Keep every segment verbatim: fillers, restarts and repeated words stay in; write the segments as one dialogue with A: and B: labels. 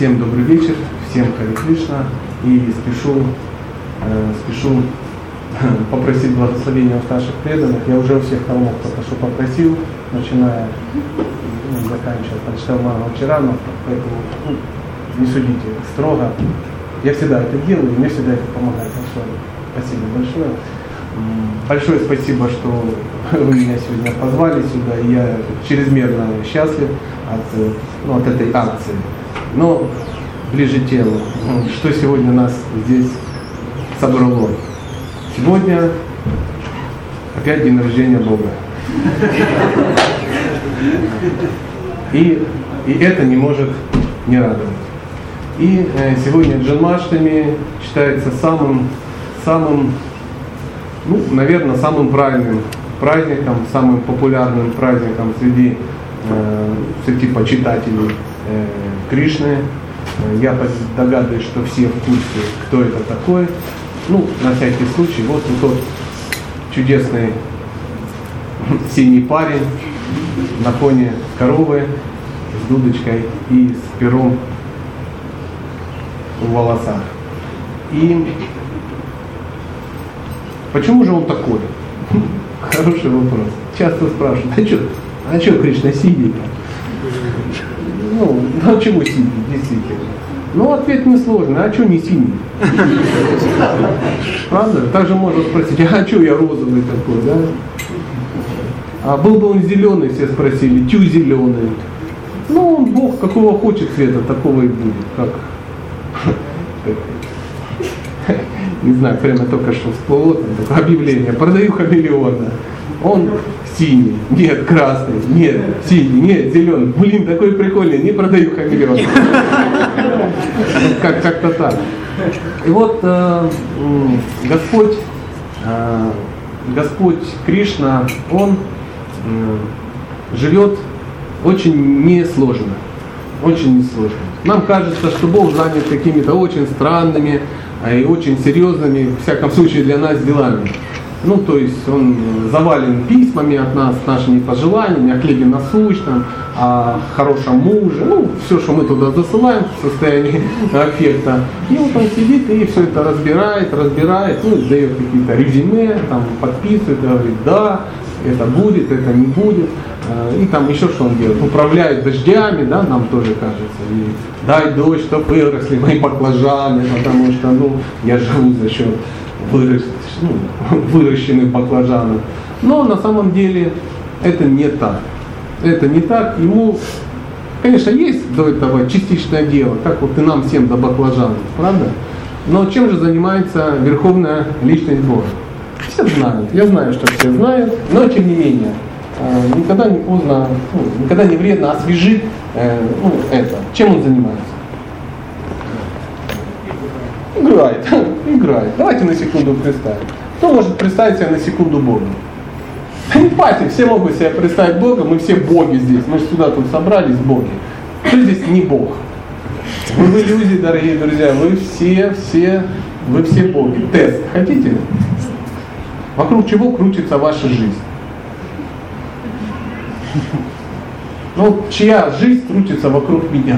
A: Всем добрый вечер, всем Харе Кришна. И спешу, э, спешу попросить благословения у старших преданных. Я уже у всех холмов только что попросил, начиная, ну, заканчивая, прочитал Мангал Чаранов, поэтому ну, не судите строго. Я всегда это делаю, и мне всегда это помогает. Так что спасибо большое. Большое спасибо, что вы меня сегодня позвали сюда. Я чрезмерно счастлив от, ну, от этой акции. Но ближе к телу. Что сегодня нас здесь собрало? Сегодня опять день рождения Бога. И, и это не может не радовать. И э, сегодня Джанмаштами считается самым, самым, ну, наверное, самым правильным праздником, самым популярным праздником среди, э, среди почитателей э, Кришны. Я догадываюсь, что все в курсе, кто это такой. Ну, на всякий случай, вот тот чудесный синий парень на фоне коровы с дудочкой и с пером в волосах. И почему же он такой? Хороший вопрос. Часто спрашивают, а что, а что Кришна синий? Ну, а чего синий, действительно? Ну, ответ несложный, а что не синий? Правда? Также можно спросить, а что я розовый такой, да? А был бы он зеленый, все спросили, чё зеленый? Ну, он Бог какого хочет цвета, такого и будет. Как? Не знаю, прямо только что всплыло такое объявление. Продаю хамелеона. Он синий, нет, красный, нет, синий, нет, зеленый. Блин, такой прикольный, не продаю хамелеона. Как, как-то так. И вот э, Господь, э, Господь Кришна, Он э, живет очень несложно. Очень несложно. Нам кажется, что Бог занят какими-то очень странными и очень серьезными, в всяком случае для нас, делами. Ну, то есть он завален письмами от нас, нашими пожеланиями, о хлебе насущном, о хорошем муже, ну, все, что мы туда засылаем в состоянии аффекта. И вот он сидит и все это разбирает, разбирает, ну, дает какие-то резюме, там, подписывает, говорит, да, это будет, это не будет. И там еще что он делает? Управляет дождями, да, нам тоже кажется. И дай дождь, чтобы выросли мои баклажаны, потому что, ну, я живу за счет выращенных, ну, выращенных баклажанов. Но на самом деле это не так. Это не так. Ему, конечно, есть до этого частичное дело, как вот и нам всем до баклажанов, правда? Но чем же занимается Верховная Личность Бога? Все знают. Я знаю, что все знают, но тем не менее. Никогда не поздно, ну, никогда не вредно освежить э, ну, это. Чем он занимается? Играет. Играет. Давайте на секунду представим. Кто может представить себе на секунду Бога? Понимаете, все могут себе представить Бога, мы все боги здесь. Мы же сюда тут собрались, боги. Кто здесь не Бог? Вы в иллюзии, дорогие друзья, вы все, все, вы все боги. Тест хотите? Вокруг чего крутится ваша жизнь? Ну, чья жизнь крутится вокруг меня?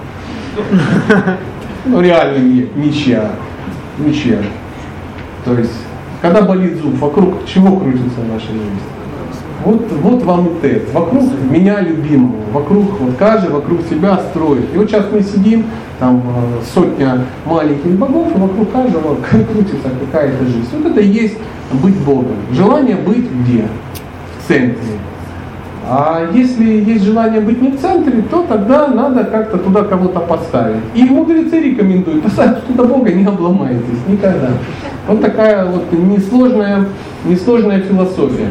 A: Ну, реально нет, ничья. Ничья. То есть, когда болит зуб, вокруг чего крутится наша жизнь? Вот, вот вам и тест. Вокруг меня любимого, вокруг, вот каждый вокруг себя строит. И вот сейчас мы сидим, там сотня маленьких богов, и вокруг каждого крутится какая-то жизнь. Вот это и есть быть Богом. Желание быть где? В центре. А если есть желание быть не в центре, то тогда надо как-то туда кого-то поставить. И мудрецы рекомендуют, поставьте туда Бога, не обломайтесь никогда. Вот такая вот несложная, несложная философия.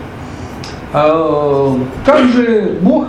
A: А как же Бог,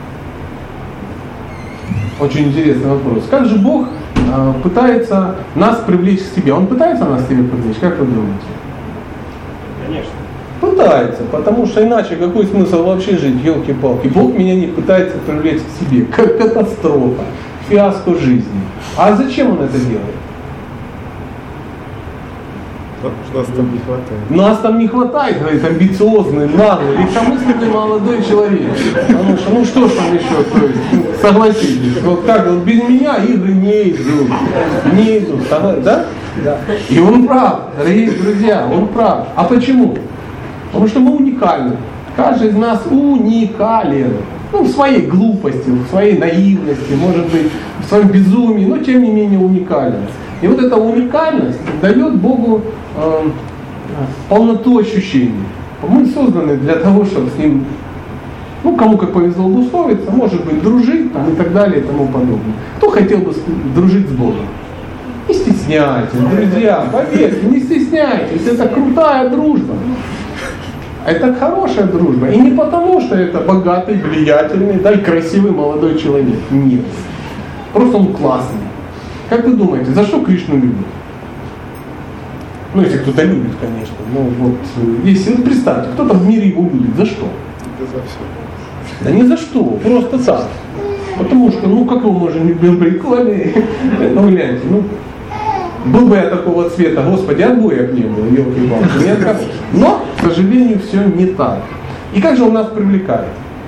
A: очень интересный вопрос, как же Бог а, пытается нас привлечь к себе? Он пытается нас к себе привлечь, как вы думаете?
B: Конечно.
A: Пытается, потому что иначе какой смысл вообще жить, елки-палки. Бог меня не пытается привлечь к себе. Как катастрофа, фиаско жизни. А зачем он это делает?
C: Нас там не хватает.
A: Нас там не хватает, говорит, амбициозный, наглый, легкомысленный молодой человек. Потому что, ну что ж там еще, то есть, ну, согласитесь, вот как вот без меня игры не идут, не идут, да? Да. И он прав, дорогие друзья, он прав. А почему? Потому что мы уникальны. Каждый из нас уникален. Ну, в своей глупости, в своей наивности, может быть, в своем безумии, но тем не менее уникален. И вот эта уникальность дает Богу э, полноту ощущений. Мы созданы для того, чтобы с Ним, ну, кому как повезло удостоиться, может быть, дружить там, и так далее и тому подобное. Кто хотел бы дружить с Богом? Не стесняйтесь, друзья, поверьте, не стесняйтесь, это крутая дружба. Это хорошая дружба. И не потому, что это богатый, влиятельный, да, и красивый молодой человек. Нет. Просто он классный. Как вы думаете, за что Кришну любят? Ну, если кто-то любит, конечно. Ну, вот, если, ну, представьте, кто-то в мире его любит. За что?
C: Да за все.
A: Да не за что, просто так. Потому что, ну, как его можно не был прикольный? Ну, гляньте, ну, был бы я такого цвета, Господи, обоев не было, елки-палки, нет. Но, к сожалению, все не так. И как же он нас привлекает?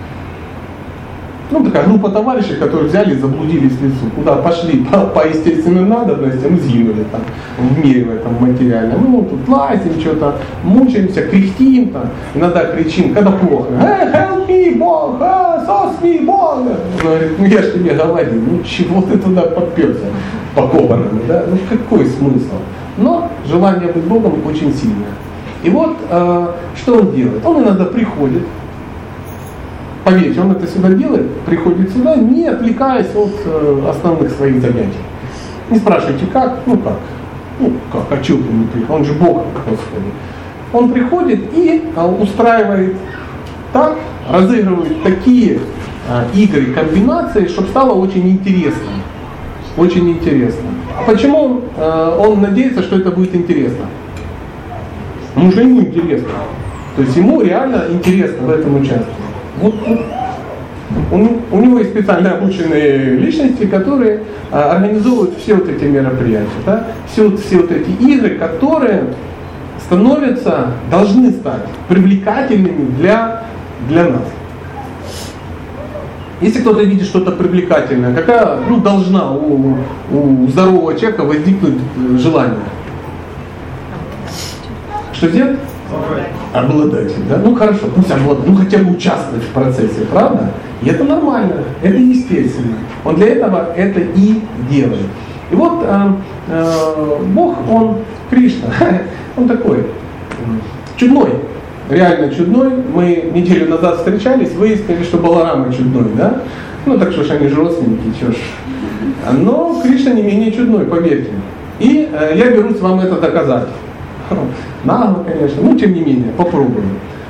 A: Ну, такая группа товарищей, которые взяли и заблудились в лесу, куда пошли по, по естественным надобностям и сгинули там в мире в этом материальном. Ну, тут лазим, что-то мучаемся, кряхтим там, иногда кричим, когда плохо. Hey, help me, Бог, hey, sos me, Бог. Он говорит, ну я же тебе говорил, ну чего ты туда подперся покопанным, да? Ну какой смысл? Но желание быть Богом очень сильное. И вот, э, что он делает? Он иногда приходит, поверьте, он это всегда делает, приходит сюда, не отвлекаясь от э, основных своих занятий. Не спрашивайте, как, ну как, ну как, а что ты не приходит, он же Бог, Господи. Он приходит и э, устраивает так, разыгрывает такие э, игры, комбинации, чтобы стало очень интересно. Очень интересно. А почему э, он надеется, что это будет интересно? Потому что ему интересно. То есть ему реально интересно в этом участвовать. Вот, он, у него есть специально обученные личности, которые а, организовывают все вот эти мероприятия, да? все, все вот эти игры, которые становятся, должны стать привлекательными для, для нас. Если кто-то видит что-то привлекательное, какая, ну, должна у, у здорового человека возникнуть желание? Что сделать? Обладатель, да? Ну хорошо, пусть обладатель, ну хотя бы участвовать в процессе, правда? И это нормально, это естественно. Он для этого это и делает. И вот э, э, Бог, он, Кришна, он такой чудной, реально чудной. Мы неделю назад встречались, выяснили, что Баларама чудной, да? Ну так что ж они же родственники, чё ж. Но Кришна не менее чудной, поверьте. И э, я берусь вам это доказать. Нагло, конечно, но тем не менее, попробуем.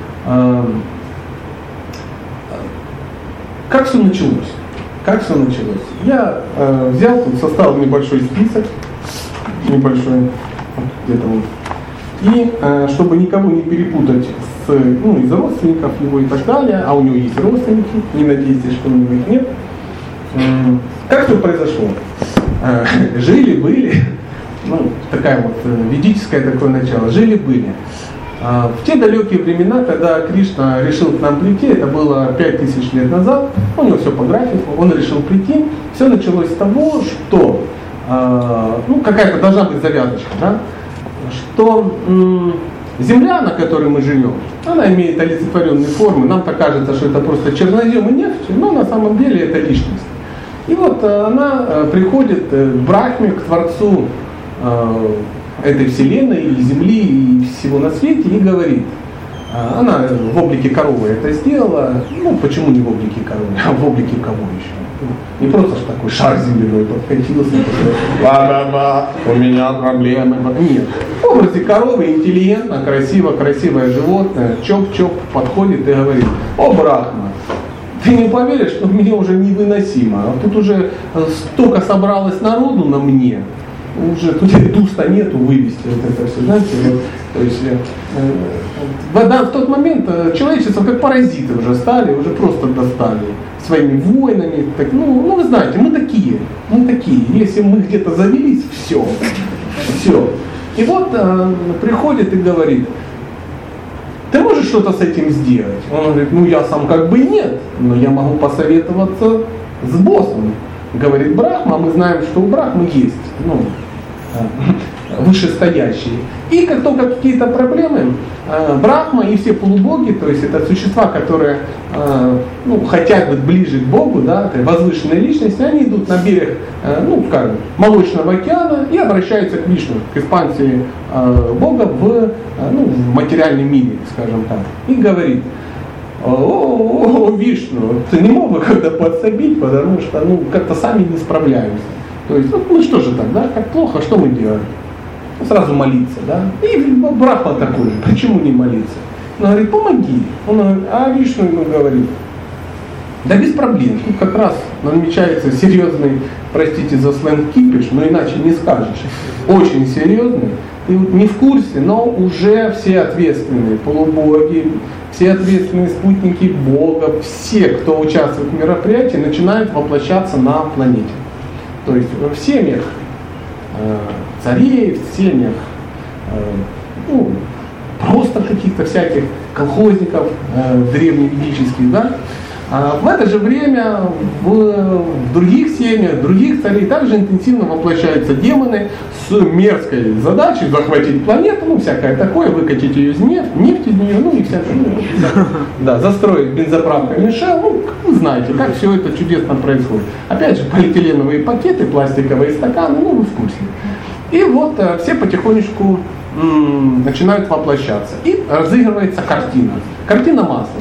A: Как все началось? Как все началось? Я э, взял, тут составил небольшой список, небольшой, где-то вот. И э, чтобы никого не перепутать с, ну, из родственников его и так далее, а у него есть родственники, не надейтесь, что у него их нет. Э, как все произошло? Э, жили-были. Ну, такая вот ведическое такое начало. Жили-были. В те далекие времена, когда Кришна решил к нам прийти, это было пять тысяч лет назад, у него все по графику, он решил прийти, все началось с того, что, ну, какая-то должна быть завязочка, да, что земля, на которой мы живем, она имеет олицетворенные формы, нам-то кажется, что это просто чернозем и нефть, но на самом деле это личность. И вот она приходит к Брахме, к Творцу этой вселенной, и Земли, и всего на свете, и говорит. Она в облике коровы это сделала. Ну, почему не в облике коровы, а в облике кого еще? Не просто что такой шар земляной подкатился, ба-ба-ба, у меня проблемы. Нет. В образе коровы интеллигентно, красиво, красивое животное, чоп-чоп подходит и говорит: о, Брахма, ты не поверишь, что мне уже невыносимо. А тут уже столько собралось народу на мне. Уже тут дуста нету вывести вот это все, знаете, вот, то есть э, э, в, в тот момент э, человечество как паразиты уже стали, уже просто достали своими войнами, так, ну, ну вы знаете, мы такие, мы такие, если мы где-то завелись, все, все, И вот э, приходит и говорит: ты можешь что-то с этим сделать? Он говорит: ну я сам как бы нет, но я могу посоветоваться с боссом. Говорит Брахма, мы знаем, что у Брахмы есть, ну, вышестоящие. И как только какие-то проблемы, Брахма и все полубоги, то есть это существа, которые ну, хотят быть ближе к Богу, да, возвышенные личности, они идут на берег, ну, скажем, Молочного океана и обращаются к Вишну, к экспансии Бога в, ну, в материальном мире, скажем так, и говорит: о, Вишну, ты не мог бы как-то подсобить, потому что ну, как-то сами не справляемся. То есть, ну, ну что же так, да, как плохо, что мы делаем? Ну, сразу молиться, да. И Брахма такой же, почему не молиться? Он говорит: помоги. Он говорит, а Вишну ему говорит: да без проблем, тут как раз намечается серьезный, простите за сленг, кипиш, но иначе не скажешь, очень серьезный. Ты вот не в курсе, но уже все ответственные полубоги, все ответственные спутники Бога, все, кто участвует в мероприятии, начинают воплощаться на планете. То есть в семьях э, царей, в семьях э, ну, просто каких-то всяких колхозников э, древневедических, да. А в это же время в, в других семьях, других царей также интенсивно воплощаются демоны с мерзкой задачей захватить планету, ну всякое такое, выкатить ее из нефти, нефть из нее, ну и всякое, ну, да, застроить бензоправками Shell, ну вы знаете, как все это чудесно происходит. Опять же, полиэтиленовые пакеты, пластиковые стаканы, ну вы в курсе. И вот э, все потихонечку м, начинают воплощаться. И разыгрывается картина, картина масла.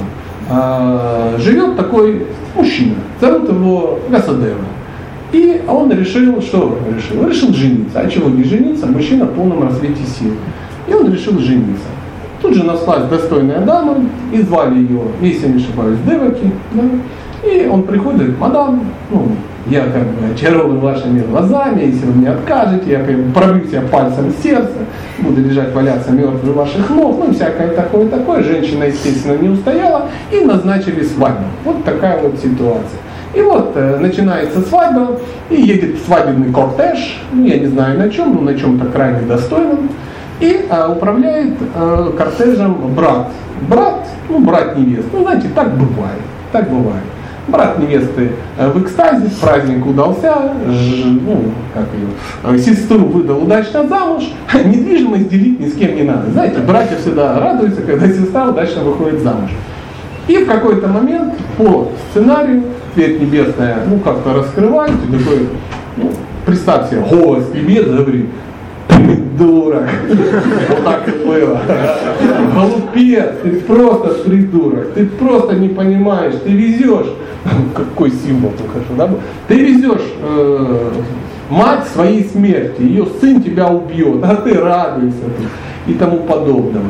A: Живет такой мужчина, зовут его Вьясадева. И он решил, что решил? Он решил жениться. А чего не жениться? Мужчина в полном расцвете сил. И он решил жениться. Тут же нашлась достойная дама, и звали ее, если не ошибаюсь, Деваки. Да? И он приходит: мадам, ну, я как бы очарован вашими глазами, если вы мне откажете, я пробью себя пальцем в сердце, буду лежать, валяться мертвый у ваших ног, ну всякое такое-такое. Женщина, естественно, не устояла, и назначили свадьбу. Вот такая вот ситуация. И вот э, начинается свадьба, и едет свадебный кортеж, ну я не знаю на чем, но на чем-то крайне достойном, и э, управляет э, кортежем брат. Брат, ну брат невесты, ну знаете, так бывает, так бывает. Брат невесты в экстазе, праздник удался, ж, ну, как ее, сестру выдал удачно замуж, недвижимость делить ни с кем не надо. Знаете, братья всегда радуются, когда сестра удачно выходит замуж. И в какой-то момент по сценарию Цвет небесная, ну, как-то раскрывается, такой, ну, представь себе, голос небес говорит: придурок. Вот так и было. Глупец, ты просто придурок, ты просто не понимаешь, ты везешь. Какой символ только что, да? Ты везешь э, мать своей смерти, ее сын тебя убьет, а ты радуешься и тому подобного.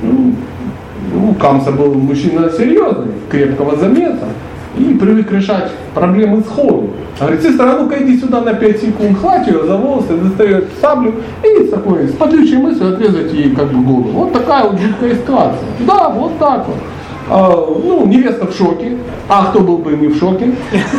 A: Ну, Камса был мужчина серьезный, крепкого замеса, и привык решать проблемы сходу. Говорит: сестра, ну-ка иди сюда на пять секунд, хватит ее за волосы, достает саблю и с такой, с подлючей мыслью отрезать ей как бы голову. Вот такая вот жуткая ситуация. Да, вот так вот. А, ну, невеста в шоке. А кто был бы не в шоке?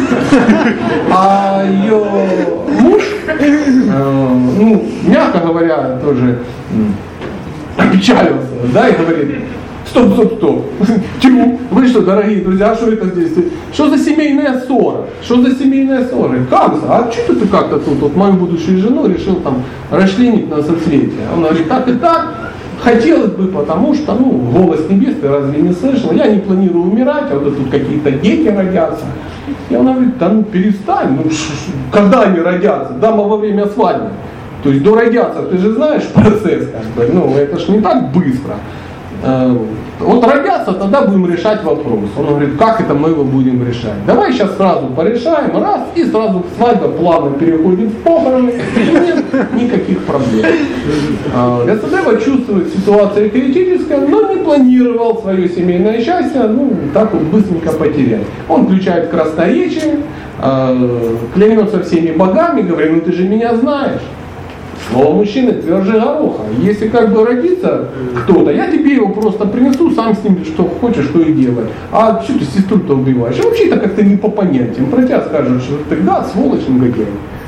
A: А ее муж, э, ну, мягко говоря, тоже опечалился, да, и говорит: стоп, стоп, стоп. Чему? Вы что, дорогие друзья, что это здесь? Что за семейная ссора? Что за семейная ссора? Как? А что ты как-то тут, вот мою будущую жену решил там расчленить на соцветие? Он говорит: так и так. Хотелось бы, потому что, ну, голос небес ты разве не слышал? Я не планирую умирать, а вот тут какие-то дети родятся. И он говорит: да ну перестань, ну ш- ш- когда они родятся? Дама во время свадьбы. То есть до родятся, ты же знаешь процесс, как бы, ну это ж не так быстро. Вот родятся, тогда будем решать вопрос. Он говорит: как это мы его будем решать? Давай сейчас сразу порешаем, раз, и сразу свадьба плавно переходит в похороны, и нет никаких проблем. Вьясадева чувствует ситуацию критическая, но не планировал свое семейное счастье, ну, так вот быстренько потерять. Он включает красноречие, клянется всеми богами, говорит: ну ты же меня знаешь. Слово мужчины тверже гороха. Если как бы родится кто-то, я тебе его просто принесу, сам с ним что хочешь, что и делай. А что ты сестру-то убиваешь? И вообще-то как-то не по понятиям. Про тебя скажут, что ты да, сволочь, негодяй.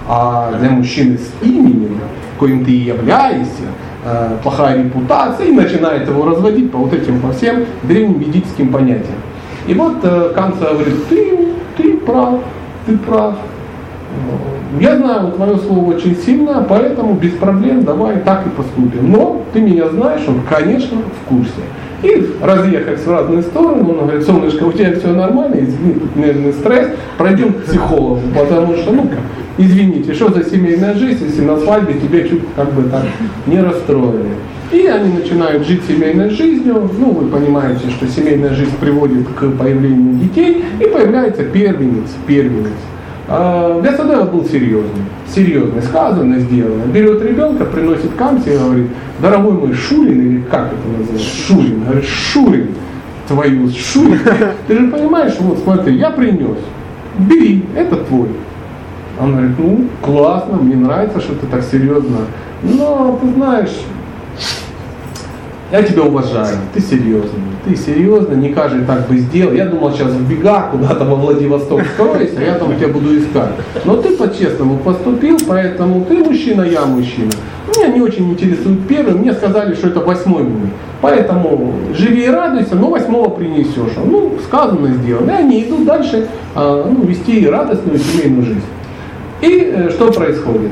A: а для мужчины с именем, коим ты и являешься, плохая репутация, и начинает его разводить по вот этим, по всем древним ведическим понятиям. И вот Камса говорит, ты, ты прав, ты прав. Я знаю твое слово очень сильно, поэтому без проблем давай так и поступим. Но ты меня знаешь, он, конечно, в курсе. И разъехались в разные стороны, он говорит, солнышко, у тебя все нормально, извини, тут нервный стресс, пройдем к психологу, потому что, ну, извините, что за семейная жизнь, если на свадьбе тебя чуть как бы так не расстроили. И они начинают жить семейной жизнью, ну, вы понимаете, что семейная жизнь приводит к появлению детей, и появляется первенец, первенец. Вьясадева был серьезный, серьезный, сказано, сделано. Берет ребенка, приносит Камсе и говорит, дорогой мой Шурин, или как это называется, Шурин, говорит, Шурин, твою Шурин, ты же понимаешь, вот смотри, я принес, бери, это твой. Он говорит, ну, классно, мне нравится, что ты так серьезно, но ты знаешь, я тебя уважаю, ты серьезный, ты серьезно, не каждый так бы сделал. Я думал, сейчас в бегах куда-то во Владивосток скроюсь, а я там тебя буду искать. Но ты по-честному поступил, поэтому ты мужчина, я мужчина. Меня не очень интересует первый, мне сказали, что это восьмой будет. Поэтому живи и радуйся, но восьмого принесешь. Ну, сказано, сделано. И они идут дальше а, ну, вести радостную семейную жизнь. И э, что происходит?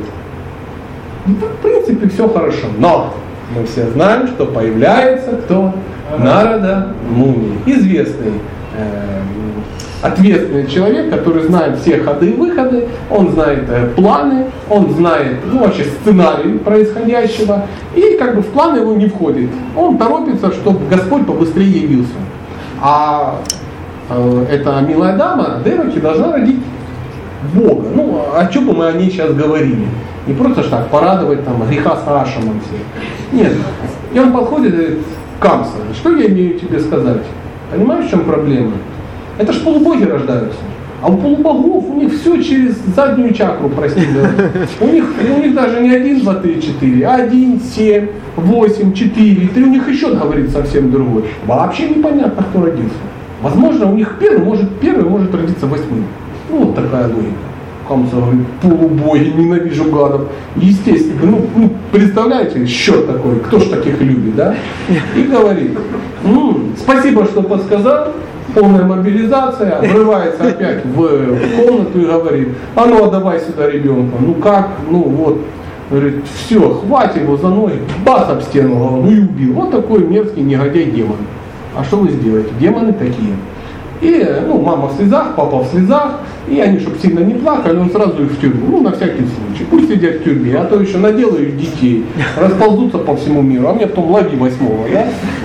A: В принципе, все хорошо. Но мы все знаем, что появляется кто? Нарада Муни. Известный, э, ответственный человек, который знает все ходы и выходы, он знает э, планы, он знает ну, вообще сценарий происходящего, и как бы в планы его не входит. Он торопится, чтобы Господь побыстрее явился. А э, эта милая дама, Деваки, должна родить Бога. Ну, о чем бы мы о ней сейчас говорили? Не просто так порадовать там греха с Ашамом все. Нет. И он подходит и говорит, Камса, что я имею тебе сказать? Понимаешь, в чем проблема? Это ж полубоги рождаются. А у полубогов у них все через заднюю чакру, простите. У них, у них даже не один, два, три, четыре, а один, семь, восемь, четыре, три. У них и счет говорит совсем другой. Вообще непонятно, кто родился. Возможно, у них первый может, первый может родиться восьмым. Ну, вот такая логика. Камса говорит, полубоги, ненавижу гадов. Естественно, ну, ну, представляете, счет такой, кто ж таких любит, да? И говорит, ну, спасибо, что подсказал, полная мобилизация, врывается опять в, в комнату и говорит, а ну, отдавай сюда ребенка. Ну как, ну вот, говорит, все, хватит его за ноги, бац об стену, ну и убил. Вот такой мерзкий негодяй-демон. А что вы сделаете? Демоны такие. И ну, мама в слезах, папа в слезах, и они, чтобы сильно не плакали, он сразу их в тюрьму, ну на всякий случай. Пусть сидят в тюрьме, а то еще наделают детей, расползутся по всему миру, а мне потом лови восьмого, да?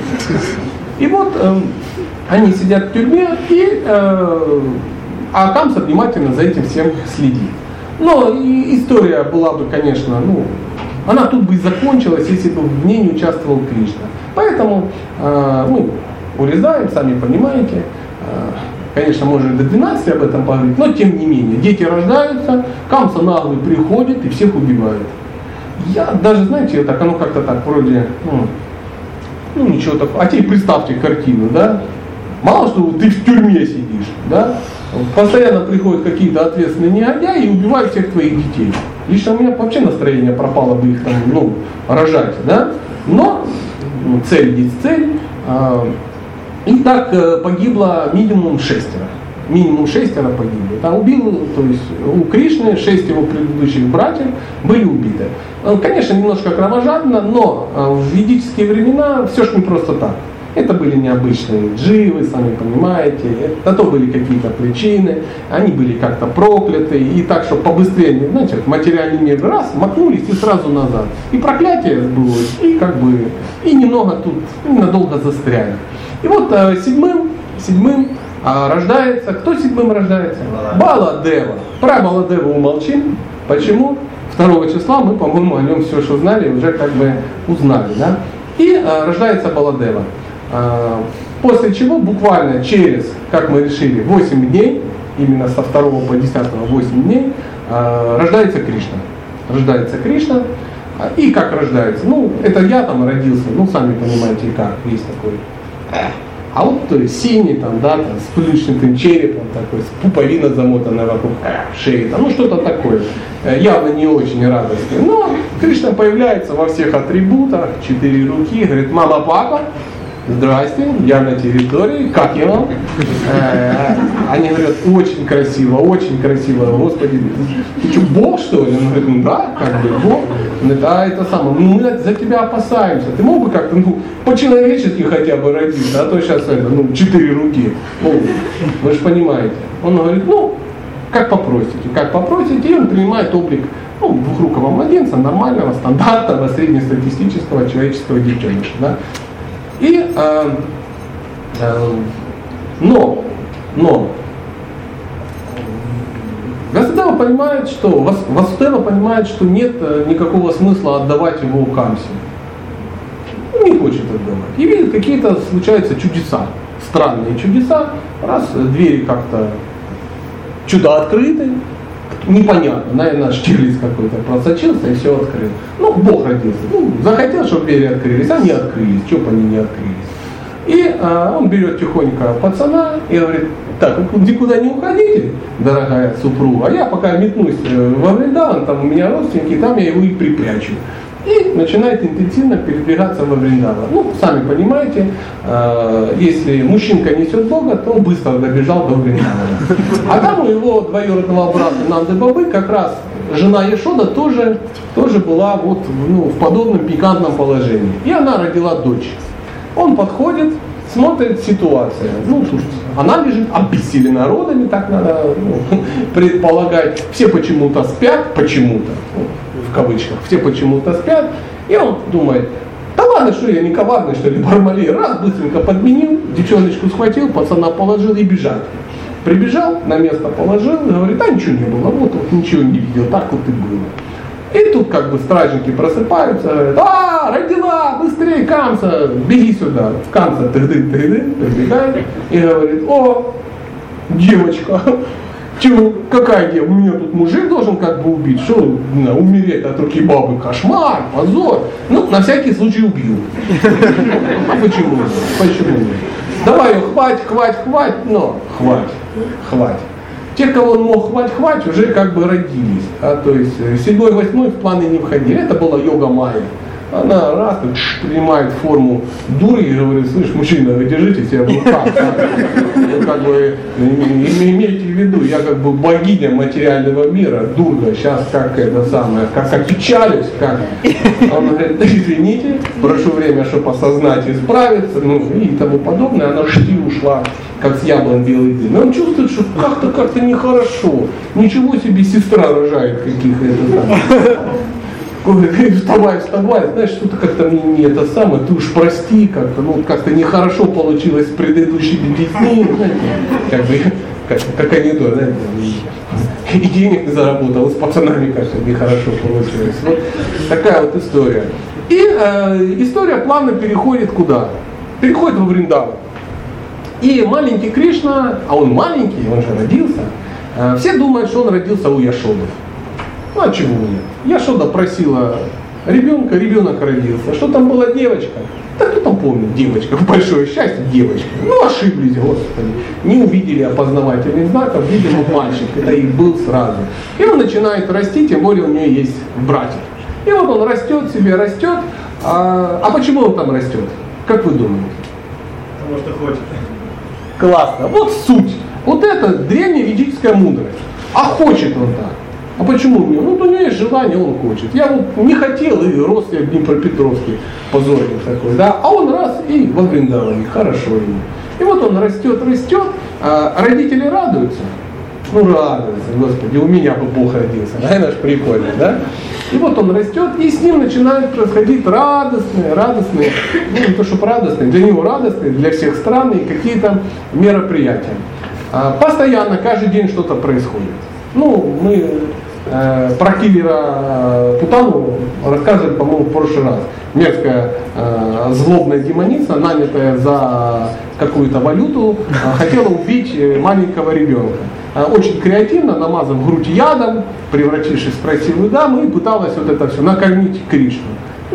A: И вот э, они сидят в тюрьме, и, э, а Камса внимательно за этим всем следит. Но и история была бы, конечно, ну, она тут бы и закончилась, если бы в ней не участвовал Кришна. Поэтому э, мы урезаем, сами понимаете. Конечно, можно до двенадцати об этом поговорить, но тем не менее, дети рождаются, Камса наглый приходит и всех убивает. Я даже, знаете, так, оно как-то так вроде, ну, ну ничего такого. А теперь представьте картину, да? Мало что ты в тюрьме сидишь, да? Постоянно приходят какие-то ответственные негодяи и убивают всех твоих детей. Лично у меня вообще настроение пропало бы их там, ну, рожать, да? Но ну, цель есть цель. И так э, погибло минимум шестеро. Минимум шестеро погибли. Там убил, то есть у Кришны шесть его предыдущих братьев были убиты. Конечно, немножко кровожадно, но в ведические времена все ж не просто так. Это были необычные дживы, сами понимаете, на то были какие-то причины, они были как-то прокляты, и так, что побыстрее, знаете, материальный мир раз, макнулись и сразу назад. И проклятие сбылось, и как бы, и немного тут, ненадолго застряли. И вот э, седьмым, седьмым э, рождается, кто седьмым рождается? Баладева. Про Баладеву умолчим. Почему? второго числа мы, по-моему, о нем все, что знали, уже как бы узнали. Да? И э, рождается Баладева. Э, после чего буквально через, как мы решили, восемь дней, именно со второго по десятого восемь дней, э, рождается Кришна. Рождается Кришна. И как рождается? Ну, это я там родился, ну, сами понимаете, как, есть такой. А вот то есть, синий, там, да, там, с плюшнутым черепом, такой, с пуповина замотанная вокруг шеи, там, ну что-то такое, явно не очень радостное. Но Кришна появляется во всех атрибутах, четыре руки, говорит: мама, папа, здрасте, я на территории, как я вам? Они говорят: очень красиво, очень красиво, Господи, ты что, Бог что ли? Он говорит: ну да, как бы Бог. Он говорит: а это самое, ну мы за тебя опасаемся, ты мог бы как-то, ну, по-человечески хотя бы родиться, а то сейчас это, ну, четыре руки, ну, вы же понимаете. Он говорит: ну, как попросите, как попросите, и он принимает облик, ну, двухрукого младенца, нормального, стандартного, среднестатистического человеческого детеныша, да. И, э, э, но, но, Васудева понимает, что, Васудева понимает, что нет никакого смысла отдавать его Камсе. Он не хочет отдавать. И видит, какие-то случаются чудеса, странные чудеса, раз двери как-то чудо открыты, непонятно, наверное, Штирлиц какой-то просочился и все открыл. Ну, Бог родился. Ну, захотел, чтобы двери открылись, а не открылись. Чего бы они не открылись? И а, он берет тихонько пацана и говорит: так, вы никуда не уходите, дорогая супруга, а я пока метнусь во Вриндаван, там у меня родственники, там я его и припрячу. И начинает интенсивно передвигаться во Вриндаван. Ну, сами понимаете, э, если мужчинка несет Бога, то он быстро добежал до Вриндавана. А там у его двоюродного брата Нанды Бабы как раз жена Яшода тоже, тоже была вот, ну, в подобном пикантном положении. И она родила дочь. Он подходит, смотрит ситуация. Ну, слушайте, она лежит обессилена родами, так надо, ну, предполагать. Все почему-то спят, почему-то. В кавычках, все почему-то спят, и он думает: да ладно, что я не коварный, что ли, Бармалей, раз, быстренько подменил, девчоночку схватил, пацана положил и бежать. Прибежал, на место положил, говорит: а ничего не было, вот, вот ничего не видел, так вот и было. И тут как бы стражники просыпаются, говорят: а, родила, быстрее, Камса, беги сюда. Камса тыгдын-тыгдын, прибегает и говорит: о, девочка, чего, какая девочка, у меня тут мужик должен как бы убить, что, умереть от руки бабы, кошмар, позор. Ну, на всякий случай убью. А почему? Почему? Давай ее хвать, хвать, хвать, но хвать, хвать. Те, кого он мог хвать-хвать, уже как бы родились. А, то есть седьмой, восьмой в планы не входили. Это была йога майя. Она раз так, принимает форму дури и говорит: слышь, мужчина, вы держите себя в руках. Ну, как бы, имейте в виду, я как бы богиня материального мира, Дурга, сейчас как это самое, как опечалюсь, как. Он говорит: извините, прошу время, чтобы осознать и справиться, ну и тому подобное. Она шти ушла, как с яблон белый дым. Но он чувствует, что как-то как-то нехорошо. Ничего себе, сестра рожает каких-то. Вставай, вставай, знаешь, что-то как-то мне не это самое, ты уж прости, как-то, ну, как-то нехорошо получилось с предыдущими детьми, знаете, как бы, как, как анекдот, знаете, и денег не заработал, с пацанами, кажется, нехорошо получилось. Вот такая вот история. И э, история плавно переходит куда? Переходит во Вриндаван. И маленький Кришна, а он маленький, он же родился, э, все думают, что он родился у Яшодов. Ну а чего нет? Яшода просила ребенка, ребенок родился. Что там была девочка? Да кто там помнит, девочка, большое счастье, девочка. Ну ошиблись, Господи. Не увидели опознавательных знаков, видимо, мальчик. Это и был сразу. И он начинает расти, тем более у нее есть братья. И вот он растет себе, растет. А, а почему он там растет? Как вы думаете?
B: Потому что хочет.
A: Классно. Вот суть. Вот это древняя ведическая мудрость. А хочет он так. А почему у него? Ну, у него есть желание, он хочет. Я вот не хотел и рос я в Днепропетровске, позорник такой, да, а он раз и во Вриндаване, хорошо ему. И вот он растет, растет, а родители радуются. Ну, радуются, Господи, у меня бы Бог родился, наверное, ж прикольно, да? И вот он растет, и с ним начинают происходить радостные, радостные, ну, не то чтобы радостные, для него радостные, для всех странные какие-то мероприятия. А, постоянно, каждый день что-то происходит. Ну, мы э, про киллера Путану рассказывали, по-моему, в прошлый раз. Мерзкая э, злобная демоница, нанятая за какую-то валюту, э, хотела убить маленького ребенка. Э, очень креативно, намазав грудь ядом, превратившись в красивую даму, и пыталась вот это все накормить Кришну.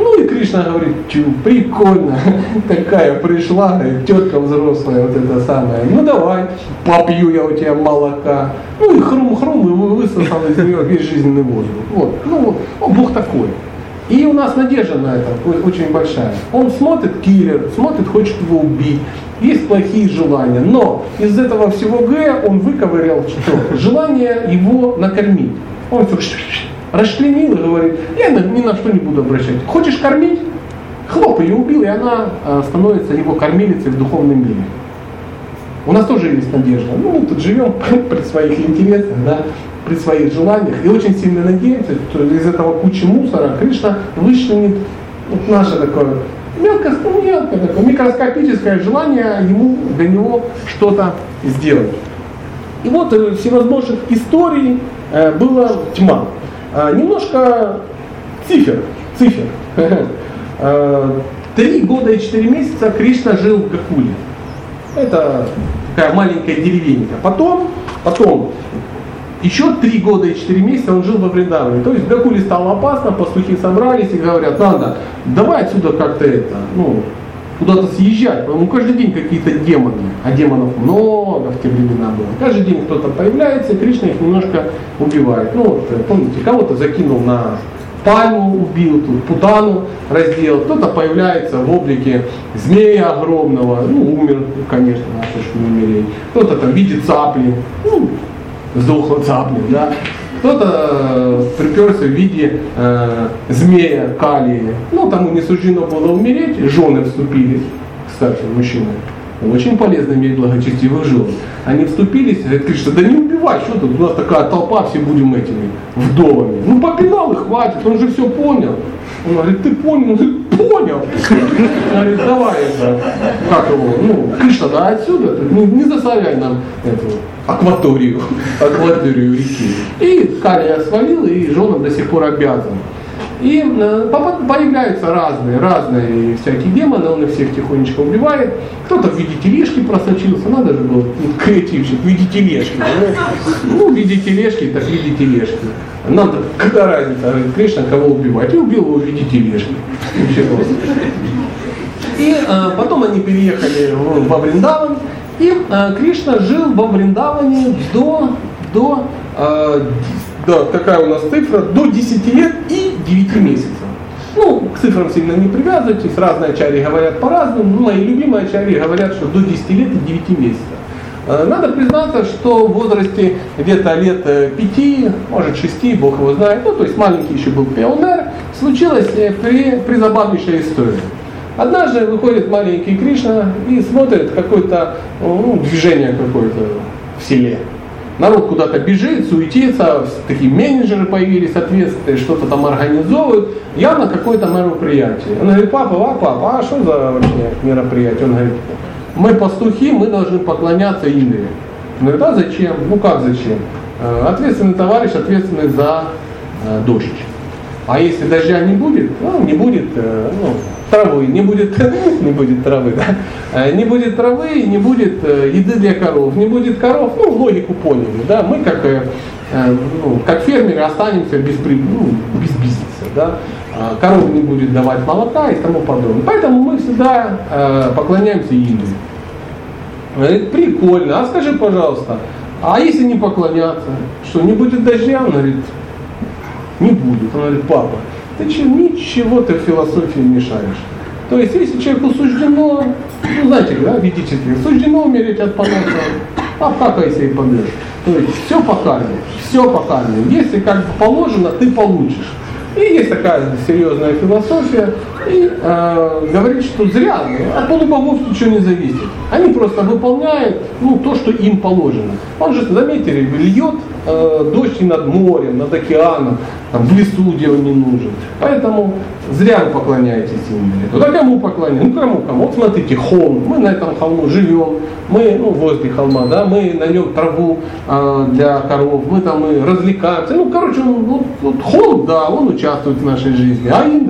A: Ну и Кришна говорит, чу, прикольно, такая пришла, тетка взрослая, вот это самое, ну давай, попью я у тебя молока. Ну и хрум-хрум, и высосал из нее весь жизненный воздух. Вот, ну вот, Бог такой. И у нас надежда на это очень большая. Он смотрит, киллер, смотрит, хочет его убить. Есть плохие желания. Но из этого всего Г он выковырял что? Желание его накормить. Он все расчленил и говорит, я ни на что не буду обращать. Хочешь кормить? Хлоп, ее убил, и она становится его кормилицей в духовном мире. У нас тоже есть надежда. Ну, мы тут живем при своих интересах, да, при своих желаниях. И очень сильно надеемся, что из этого кучи мусора Кришна вычленит вот наше такое мелкое, ну, мелкое такое, микроскопическое желание ему, для него что-то сделать. И вот э, всевозможных историй э, была тьма. Э, немножко цифр. цифр. Три года и четыре месяца Кришна жил в Гокуле. Это такая маленькая деревенька. Потом, потом еще три года и четыре месяца он жил во Вриндаване. То есть в Гокуле стало опасно, пастухи собрались и говорят, надо, давай отсюда как-то это, ну, куда-то съезжать. Потому что каждый день какие-то демоны, а демонов много в те времена было. Каждый день кто-то появляется, и Кришна их немножко убивает. Ну вот, помните, кого-то закинул на пальму, убил, тут путану раздел, кто-то появляется в облике змея огромного, ну умер, конечно, а что ж не умереть. Кто-то там видит цапли, ну, сдохла цапля, да. Кто-то приперся в виде э, змея Калии, ну тому не суждено было умереть, жены вступились, кстати, мужчины. Очень полезно иметь благочестивых жен. Они вступились, говорят, Кришна, да не убивай, что тут, у нас такая толпа, все будем этими вдовами. Ну попинал и хватит, он же все понял. Он говорит, ты понял? Он говорит, понял. Он говорит, давай это, как его, ну, Кришна, да отсюда, не, не засоряй нам эту акваторию, акваторию реки. И Калия свалил, и женам до сих пор обязан. И э, появляются разные, разные всякие демоны, он их всех тихонечко убивает. Кто-то в виде тележки просочился, надо же было, ну, креативщик, в виде тележки. Ну, ну, в виде тележки, так в виде тележки. Надо, какая разница, Кришна кого убивать, и убил его в виде тележки. И э, потом они переехали во Вриндаван, и э, Кришна жил во Вриндаване до, до э, да, такая у нас цифра, до десяти лет и девяти месяцев. Ну, к цифрам сильно не привязывайтесь, разные ачарьи говорят по-разному, но мои любимые ачарьи говорят, что до десяти лет и девяти месяцев. Надо признаться, что в возрасте где-то лет пяти, может шести, Бог его знает, ну то есть маленький еще был пионер, случилась при, призабавнейшая история. Однажды выходит маленький Кришна и смотрит какое-то, ну, движение какое-то в селе. Народ куда-то бежит, суетится, такие менеджеры появились ответственные, что-то там организовывают, явно какое-то мероприятие. Он говорит, папа, а папа, а что за вообще мероприятие? Он говорит, мы пастухи, мы должны поклоняться Индре. Он говорит, а зачем? Ну как зачем? Ответственный товарищ, ответственный за э, дождь. А если дождя не будет, ну, не будет э, ну, травы, не будет, не будет травы, да? Не будет травы, не будет э, еды для коров, не будет коров, ну, логику поняли, да? Мы как, э, ну, как фермеры останемся без, ну, без бизнеса, да? Корова не будет давать молока и тому подобное. Поэтому мы всегда э, поклоняемся Индре. Говорит, прикольно, а скажи, пожалуйста, а если не поклоняться, что не будет дождя? Он говорит, не будет. Он говорит, папа, ты че, ничего ты в философии не шаришь. То есть, если человеку суждено, ну знаете, да, ведически, суждено умереть от поноса, обкакайся и помрешь. То есть, все по карме, все по карме. Если как бы положено, ты получишь. И есть такая серьезная философия, и э, говорит, что зря, от полубогов ничего не зависит. Они просто выполняют, ну, то, что им положено. Он же, заметили, льет э, дождь и над морем, над океаном, там, в лесу, где он не нужен. Поэтому зря вы поклоняетесь Индре. Туда кому поклоняетесь? Ну кому, кому? Вот смотрите, холм, мы на этом холму живем, мы, ну, возле холма, да, мы на нем траву э, для коров, мы там и развлекаемся. Ну, короче, он, вот, вот холм, да, он участвует в нашей жизни, а Индра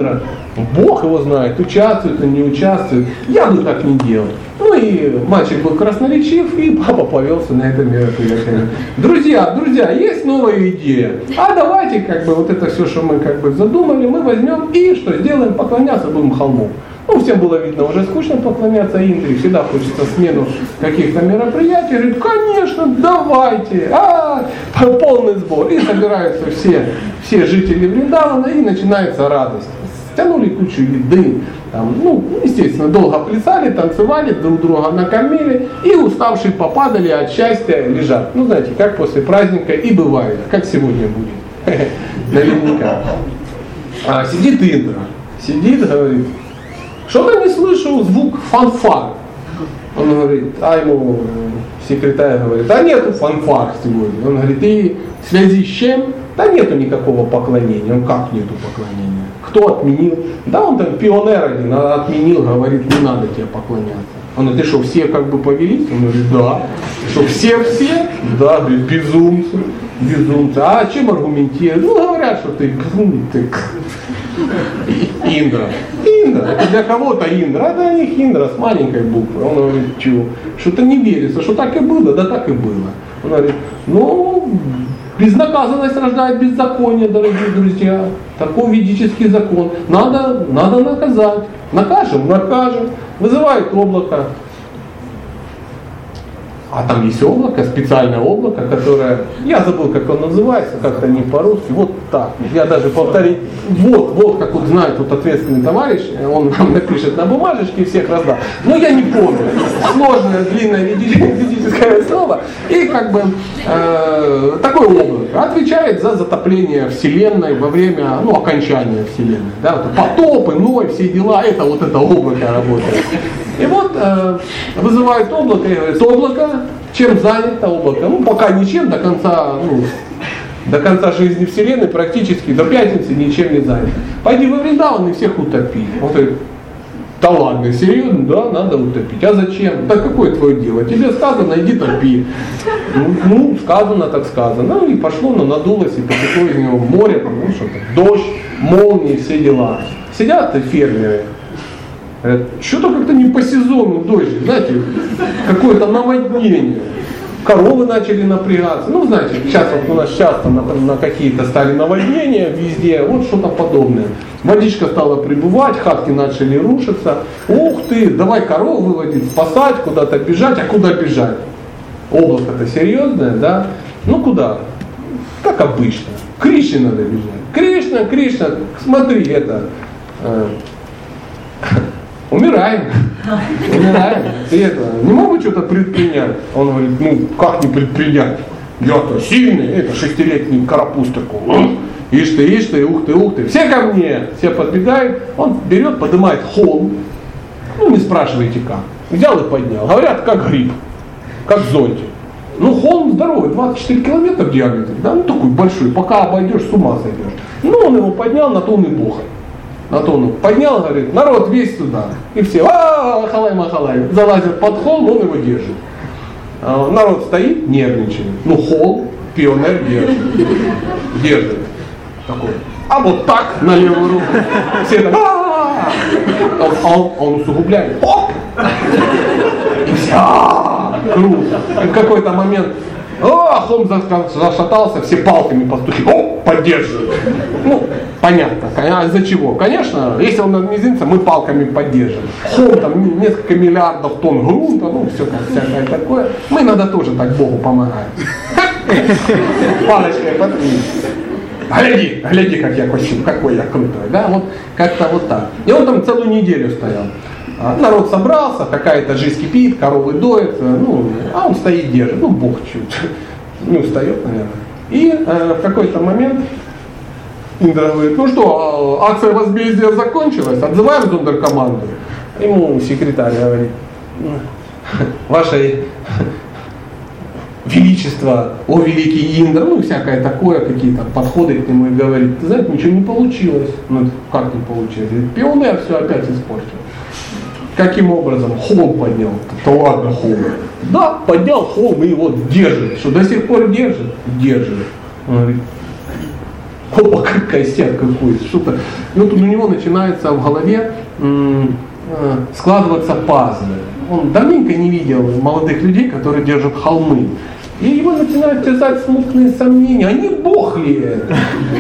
A: Бог его знает, участвует он, не участвует. Я бы так не делал. Ну и мальчик был красноречив, и папа повелся на это мероприятие. Друзья, друзья, есть новая идея. А давайте как бы вот это все, что мы как бы задумали, мы возьмем и что сделаем? Поклоняться будем холму. Ну, всем было видно, уже скучно поклоняться Индре, всегда хочется смену каких-то мероприятий. Говорит, конечно, давайте, а, полный сбор. И собираются все, все жители Вриндавана, и начинается радость. Тянули кучу еды, там, ну, естественно, долго плясали, танцевали, друг друга накормили, и уставшие попадали от счастья, лежат. Ну, знаете, как после праздника и бывает, как сегодня будет, наверняка. А сидит Индра, сидит, говорит, что-то не слышу звук фанфар. Он говорит, а ему секретарь говорит, а нету фанфар сегодня. Он говорит, и в связи с чем? Да нету никакого поклонения. Он как нету поклонения? Кто отменил? Да он там пионер один отменил, говорит, не надо тебе поклоняться. Он говорит, ты что, все как бы повелись? Он говорит, да. Что, все-все? Да, говорит, безумцы. Безумцы. А чем аргументируют? Ну, говорят, что ты, ты Индра. Индра. Это для кого-то Индра, а для них Индра с маленькой буквы. Он говорит, чего? Что-то не верится, что так и было, да так и было. Он говорит, ну, безнаказанность рождает беззаконие, дорогие друзья. Такой ведический закон. Надо, надо наказать. Накажем, накажем. Вызывает облако. А там есть облако, специальное облако, которое, я забыл, как оно называется, как-то не по-русски, вот так. Я даже повторить, вот, вот, как вот знает вот ответственный товарищ, он нам напишет на бумажечке и всех раздаст. Но я не помню. Сложное, длинное ведическое слово. И как бы э, такое облако отвечает за затопление Вселенной во время, ну, окончания Вселенной. Да, вот, потопы, Ной, все дела, это вот это облако работает. И вот э, вызывает облако и говорит, облако, чем занято облако? Ну, пока ничем, до конца, ну, до конца жизни Вселенной практически, до пятницы ничем не занято. Пойди во Вриндаван и всех утопи. Он говорит, да ладно, серьезно, да, надо утопить. А зачем? Да какое твое дело? Тебе сказано, иди топи. Ну, ну сказано, так сказано. Ну и пошло, но надулось, и потекло из него море, там, ну что-то, дождь, молнии, все дела. Сидят фермеры. Что-то как-то не по сезону дождь, знаете, какое-то наводнение. Коровы начали напрягаться. Ну, знаете, сейчас вот у нас часто на, на какие-то стали наводнения везде, вот что-то подобное. Водичка стала прибывать, хатки начали рушиться. Ух ты, давай коров выводить, спасать, куда-то бежать. А куда бежать? Облако-то серьезное, да? Ну куда? Как обычно. К Кришне надо бежать. Кришна, Кришна, смотри, это... Э, Умираем. Умираем. И это, не могу что-то предпринять. Он говорит, ну как не предпринять? Я-то сильный, это шестилетний карапуз такой. Ишь ты, ишь ты, ух ты, ух ты. Все ко мне. Все подбегают. Он берет, поднимает холм. Ну не спрашивайте как. Взял и поднял. Говорят, как гриб. Как зонтик. Ну холм здоровый, двадцать четыре километра в диаметре. Да, ну такой большой. Пока обойдешь, с ума сойдешь. Ну он его поднял, на то он и бог. На то он поднял, говорит, народ весь туда. И все, а махалай, махалай. Залазят под холм, он его держит. А народ стоит, нервничает. Ну холм, пионер держит. Держит. Такой. А вот так на левую руку. Все так, а он, он усугубляет. Оп! И все, круто. И в какой-то момент, о, холм зашатался, все палками постучали. О, поддерживают. Ну, понятно. А из-за чего? Конечно, если он на мизинце, мы палками поддержим. Холм там несколько миллиардов тонн грунта, ну все как всякое такое. Мы иногда тоже так Богу помогаем. Палочкой подвинь. Гляди, гляди, как я красивый, какой я крутой. Да, вот как-то вот так. И он там целую неделю стоял. Народ собрался, какая-то жизнь кипит, коровы доят, ну, а он стоит, держит, ну бог чуть, не устает, наверное. И э, в какой-то момент Индра говорит, ну что, акция возмездия закончилась, отзываем зондеркоманду. Ему секретарь говорит, ваше величество, о великий Индра, ну всякое такое, какие-то подходы к нему и говорит, ты знаешь, ничего не получилось. Ну как не получилось? Пионер все опять испортил. Каким образом? Холм поднял. Да ладно, холм. Да, поднял холм и его держит. Что до сих пор держит? Держит. Он говорит, опа, как костяк какой, что-то. И вот у него начинается в голове м- э, складываться пазлы. Он давненько не видел молодых людей, которые держат холмы. И его начинают терзать смутные сомнения, а не Бог ли это?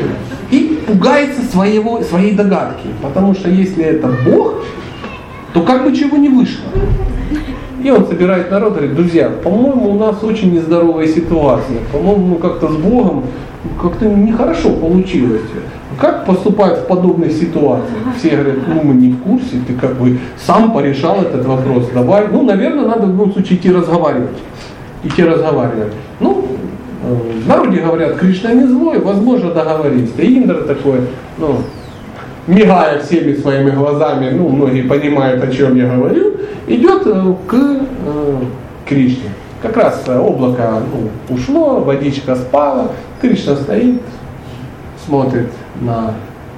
A: И пугается своего, своей догадки, потому что если это Бог, то как бы чего не вышло. И он собирает народ и говорит: друзья, по-моему, у нас очень нездоровая ситуация, по-моему, ну, как-то с Богом как-то нехорошо получилось. Как поступать в подобных ситуациях? Все говорят: ну мы не в курсе, ты как бы сам порешал этот вопрос, давай. Ну, наверное, надо в любом случае идти разговаривать. Идти разговаривать. Ну, в народе говорят, Кришна не злой, возможно договориться. И Индра такой, ну, мигая всеми своими глазами, ну, многие понимают, о чем я говорю, идет к э, Кришне. Как раз облако ну, ушло, водичка спала, Кришна стоит, смотрит на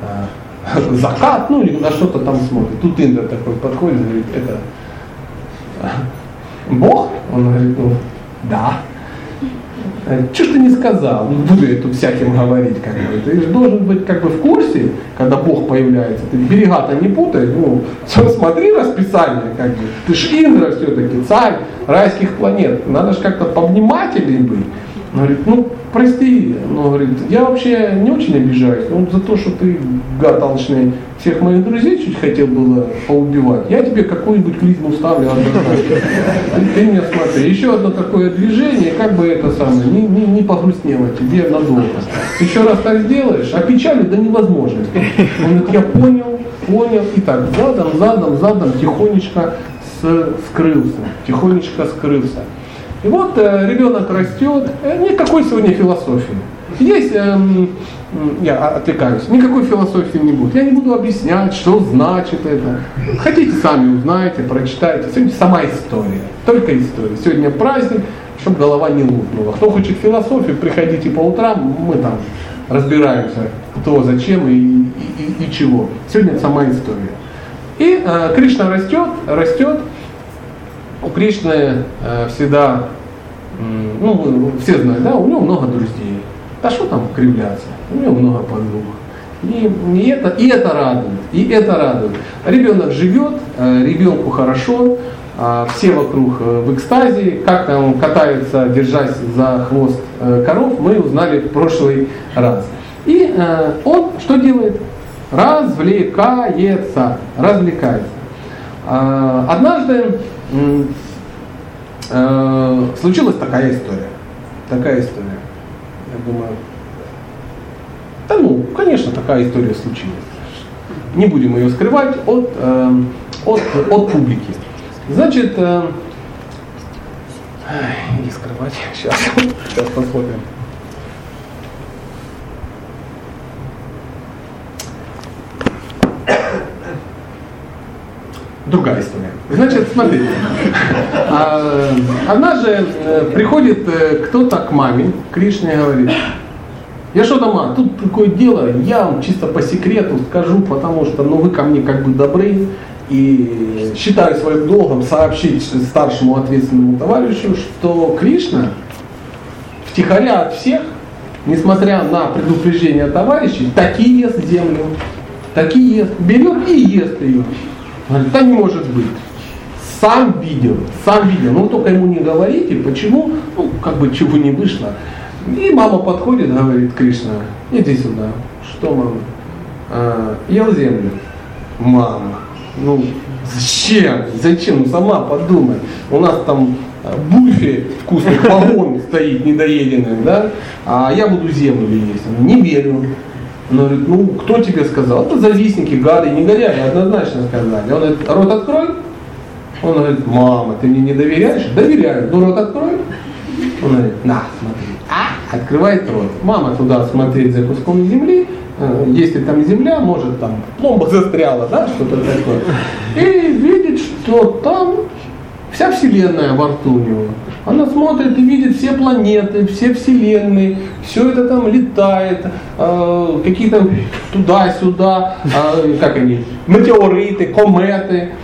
A: э, закат, ну или на что-то там смотрит. Тут Индра такой подходит и говорит: это э, Бог? Он говорит: ну, да. Чего ж ты не сказал? Не буду я тут всяким говорить, как бы. Ты же должен быть как бы в курсе, когда Бог появляется. Ты берега-то не путай, ну, смотри расписание, как бы. Ты ж Индра все-таки, царь райских планет. Надо же как-то повнимательней быть. Он говорит: ну, прости, но говорит, я вообще не очень обижаюсь, но за то, что ты, гад алчный, всех моих друзей чуть хотел было поубивать, я тебе какую-нибудь клизму ставлю однозначно. Ты, ты меня смотри, еще одно такое движение, как бы это самое, не, не, не погрустнело тебе надолго. Еще раз так сделаешь, а печали до невозможности. Он говорит: я понял, понял, и так задом, задом, задом тихонечко с, скрылся, тихонечко скрылся. И вот э, ребенок растет, э, никакой сегодня философии. Здесь, э, э, я отвлекаюсь, никакой философии не будет. Я не буду объяснять, что значит это. Хотите, сами узнаете, прочитайте. Сегодня сама история, только история. Сегодня праздник, чтобы голова не лопнула. Кто хочет философию, приходите по утрам, мы там разбираемся, кто, зачем и, и, и чего. Сегодня сама история. И э, Кришна растет, растет. У Кришны э, всегда, э, ну, все знают, да, у него много друзей. Да что там кривляться? У него много подруг. И, и, это, и это радует, и это радует. Ребенок живет, э, ребенку хорошо, э, все вокруг э, в экстазе. Как он катается, держась за хвост э, коров, мы узнали в прошлый раз. И э, он что делает? Развлекается, развлекается. Э, однажды э, случилась такая история. Такая история. Я думаю, да ну, конечно, такая история случилась. Не будем ее скрывать от, э, от, от публики. Значит, э, не скрывать, сейчас, сейчас посмотрим. Другая история. Значит, смотрите. Однажды приходит кто-то к маме, к Кришне, и говорит: я что, дома, тут такое дело, я вам чисто по секрету скажу, потому что ну, вы ко мне как бы добры, и считаю своим долгом сообщить старшему ответственному товарищу, что Кришна втихаря от всех, несмотря на предупреждение товарищей, таки ест землю, таки ест, берет и ест ее. Говорит: да не может быть. Сам видел, сам видел. Ну только ему не говорите, почему, ну как бы чего не вышло. И мама подходит, говорит: Кришна, иди сюда. Что, мама? А, ел землю. Мама, ну зачем? Зачем? Ну сама подумай. У нас там буфе вкусных вагон стоит недоеденный, да? А я буду землю есть. Не верю. Он говорит: ну кто тебе сказал? Это завистники, гады, негодяи, однозначно сказали. Он говорит: рот открой. Он говорит: мама, ты мне не доверяешь? Доверяю. Ну рот открой. Он говорит: на, смотри. А? Открывает рот. Мама туда смотреть за куском земли. Если там земля, может там пломба застряла, да, что-то такое. И видит, что там вся вселенная во рту у него. Она смотрит и видит все планеты, все вселенные, все это там летает, э, какие-то туда-сюда, э, как они, метеориты, кометы.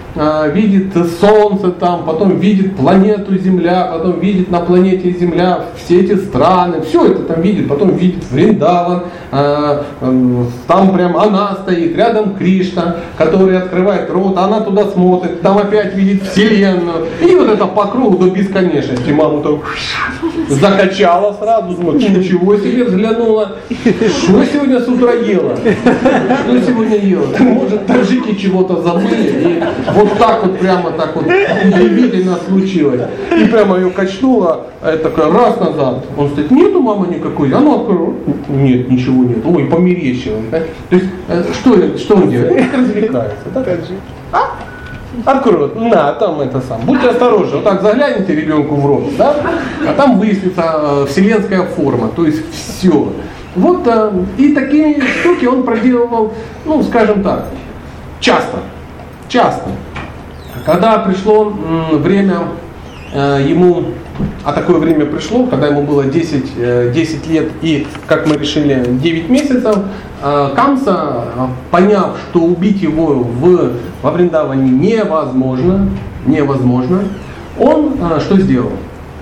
A: э, видит Солнце там, потом видит планету Земля, потом видит на планете Земля все эти страны, все это там видит, потом видит Вриндаван, э, э, там прям она стоит, рядом Кришна, который открывает рот, она туда смотрит, там опять видит Вселенную, и вот это по кругу до бесконечности. Маму так закачала сразу, смотрит, ничего себе, взглянула, что сегодня с утра ела, что сегодня ела, может таджики чего-то забыли, и вот так вот прямо так вот удивительно случилось. И прямо ее качнула, это такая раз назад, он стоит, нету мама никакой, а ну открой, нет, ничего нет, ой, померещилось. Да? То есть, что, что он делает? Он развлекается. Да? А? Откроют, на, там это сам. Будьте осторожны, вот так загляните ребенку в рот, да? А там выяснится э, вселенская форма, то есть все. Вот э, и такие штуки он проделывал, ну, скажем так, часто, часто. Когда пришло э, время э, ему, а такое время пришло, когда ему было десять, э, десять лет и, как мы решили, девять месяцев, э, Камса, поняв, что убить его в, во Вриндаване невозможно, невозможно, он э, что сделал?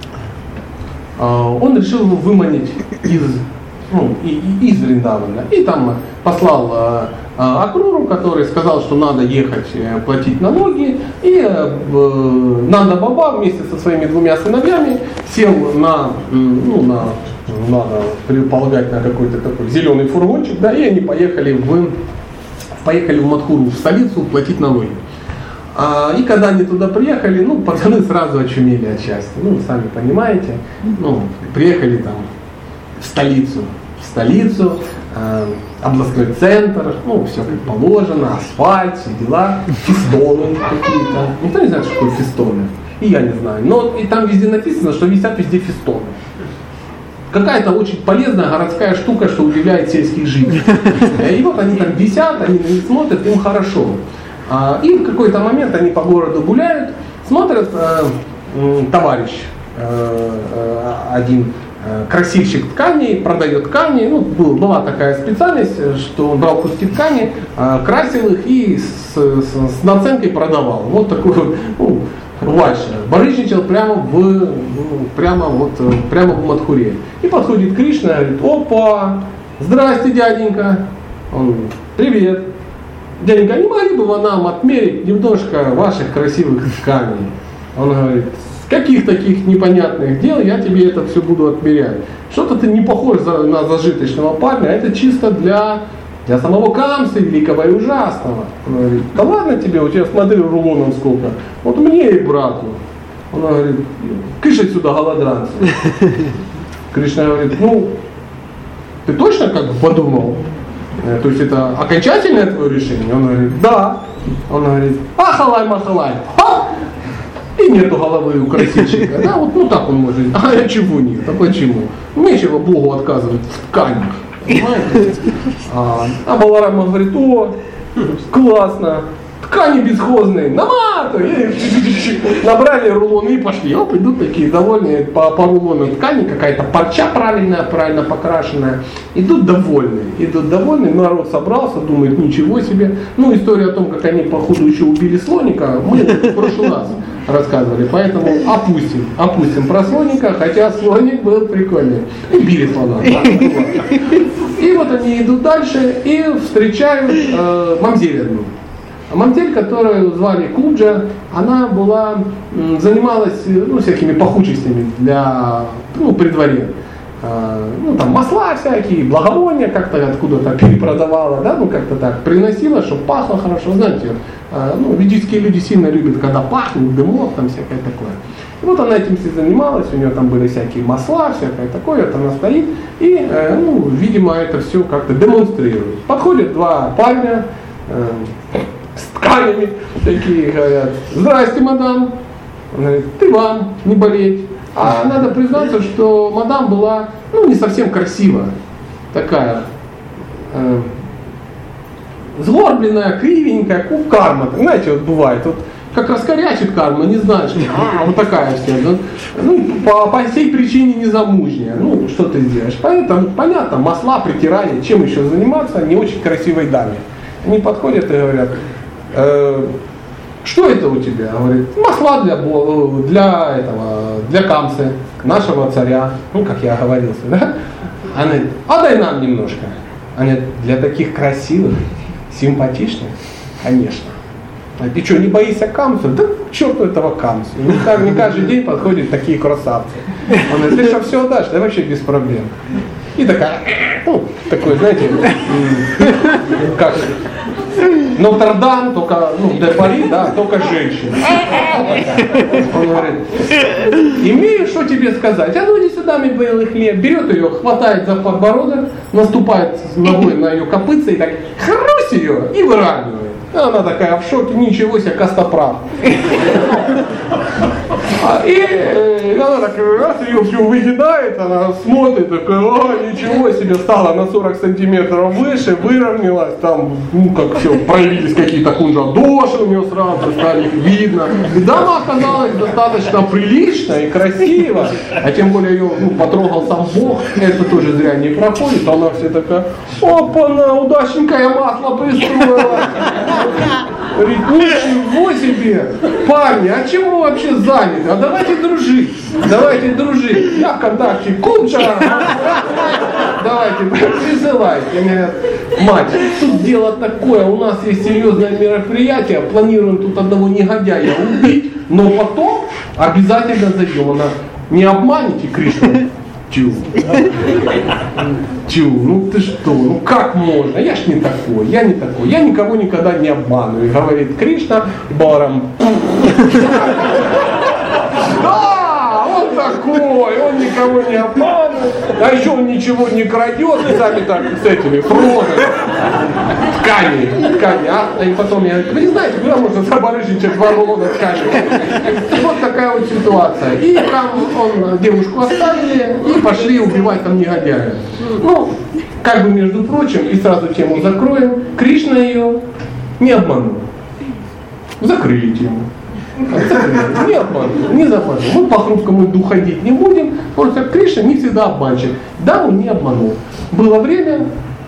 A: Э, он решил его выманить из, ну, и, и, из Вриндавана. И там послал э, э, Акруру, который сказал, что надо ехать э, платить налоги. И э, Нанда Баба вместе со своими двумя сыновьями сел на, ну, на, надо предполагать, на какой-то такой зеленый фургончик, да, и они поехали в, поехали в Мадхуру, в столицу, платить налоги. А, и когда они туда приехали, ну, пацаны сразу очумели от счастья. Ну, сами понимаете, ну, приехали там в столицу, в столицу, э, областной центр, ну, все как положено, асфальт, все дела, фестоны какие-то. Никто не знает, что такое фестоны. И я не знаю. Но и там везде написано, что висят везде фестоны. Какая-то очень полезная городская штука, что удивляет сельских жителей. И вот они там висят, они смотрят, им хорошо. И в какой-то момент они по городу гуляют, смотрят, товарищ один, красильщик тканей, продает ткани. Ну, была такая специальность, что он брал куски ткани, красил их и с, с, с наценкой продавал. Вот такой вот, ну, Вальша. Барыжничал прямо в, прямо вот, прямо в Мадхуре. И подходит Кришна и говорит: опа, здрасте, дяденька. Он: привет. Дяденька, не могли бы вы нам отмерить немножко ваших красивых тканей? Он говорит: с каких таких непонятных дел я тебе это все буду отмерять? Что-то ты не похож на зажиточного парня, это чисто для, для самого Камсы, великого и ужасного. Он говорит: да ладно тебе, у тебя, смотри, рулонов сколько. Вот мне и брату. Он говорит: кыш отсюда, голодранцы. Кришна говорит: ну, ты точно как бы подумал? То есть это окончательное твое решение? Он говорит: да. Он говорит: ахалай, махалай. Ха! И нету головы у красильщика. Да, вот, ну так он может. А чего нет? А почему? Нечего Богу отказывать в тканях. Понимаете? А, а Баларама говорит: о, классно. Ткани бесхозные, наматывай! Набрали рулоны и пошли. Оп, идут такие довольные по, по рулону ткани, какая-то парча правильная, правильно покрашенная. Идут довольные, идут довольные, народ собрался, думает: ничего себе. Ну, история о том, как они походу еще убили слоника, мы в прошлый раз рассказывали, поэтому опустим, опустим про слоника, хотя слоник был прикольный. И били слона. И вот они идут дальше и встречают э, мамзель одну. Мамзель, которую звали Куджа, она была, занималась, ну, всякими пахучестями для, ну, при дворе. Ну, там масла всякие, благовония как-то откуда-то перепродавала, да, ну, как-то так приносила, чтобы пахло хорошо. Знаете, ну, ведические люди сильно любят, когда пахнет, дымок, там всякое такое. И вот она этим всем занималась, у нее там были всякие масла, всякое такое, вот она стоит и, ну, видимо, это все как-то демонстрирует. Подходят два парня, с тканями, такие говорят: здрасте, мадам. Он говорит: ты вам не болеть. А надо признаться, что мадам была, ну, не совсем красивая, такая э, сгорбленная, кривенькая, как карма. Знаете, вот бывает, вот как раскорячит карма, не знаешь, а, вот такая вся. Ну, по, по сей причине незамужняя. Ну, что ты сделаешь? Поэтому, понятно, масла, притирание, чем еще заниматься не очень красивой даме. Они подходят и говорят: э, что это у тебя? Говорит, масла для, для, этого, для камсы, нашего царя, ну, как я оговорился, да? Она говорит, а дай нам немножко. Она говорит, для таких красивых, симпатичных, конечно. А ты что, не боишься камсов? Да к черту этого камса. Не, не каждый день подходят такие красавцы. Он говорит, ты что, все отдашь? Да вообще без проблем. И такая, ну, такой, знаете, как Нотр-Дам, только, ну, де Пари, да, только женщина. Он говорит, имею что тебе сказать, а ну иди сюда, мне белый хлеб. Берет ее, хватает за подбородок, наступает ногой на ее копытце и так хрусь ее и выравнивает. Она такая в шоке, ничего себе, костоправ. И э, она так раз ее всю выедает, она смотрит, такая, о, ничего себе, стала на сорок сантиметров выше, выровнялась, там, ну, как все, проявились какие-то кунжадоши у нее сразу, стали видно. И дама оказалась достаточно прилично и красиво, а тем более ее, ну, потрогал сам Бог, это тоже зря не проходит, она все такая, опа-на, удачненькое масло пристроила. Говорит, ничего себе, парни, а чем вы вообще заняты? А давайте дружить, давайте дружить. Я ВКонтакте куча. Давайте, присылайте. Мне говорят, мать, тут дело такое, у нас есть серьезное мероприятие, планируем тут одного негодяя убить, но потом обязательно зайдем. Она, не обманите Кришну? Тю. Тю, ну ты что, ну как можно? Я ж не такой, я не такой, я никого никогда не обманываю, говорит Кришна Баларам. Да, он такой, он никого не обманывает, а еще он ничего не крадет, и сами так с этими фронами, ткани, ткани, а? И потом я говорю, вы не знаете, куда можно забарыжничать два рулона ткани? Вот такая вот ситуация. И там он девушку оставили и пошли убивать там негодяя. Ну, как бы между прочим, и сразу тему закроем, Кришна ее не обманул. Закрыли тему. Не обманул, не обманул. Мы по хрупкому льду ходить не будем, потому что Кришна не всегда обманщик. Да, он не обманул. Было время,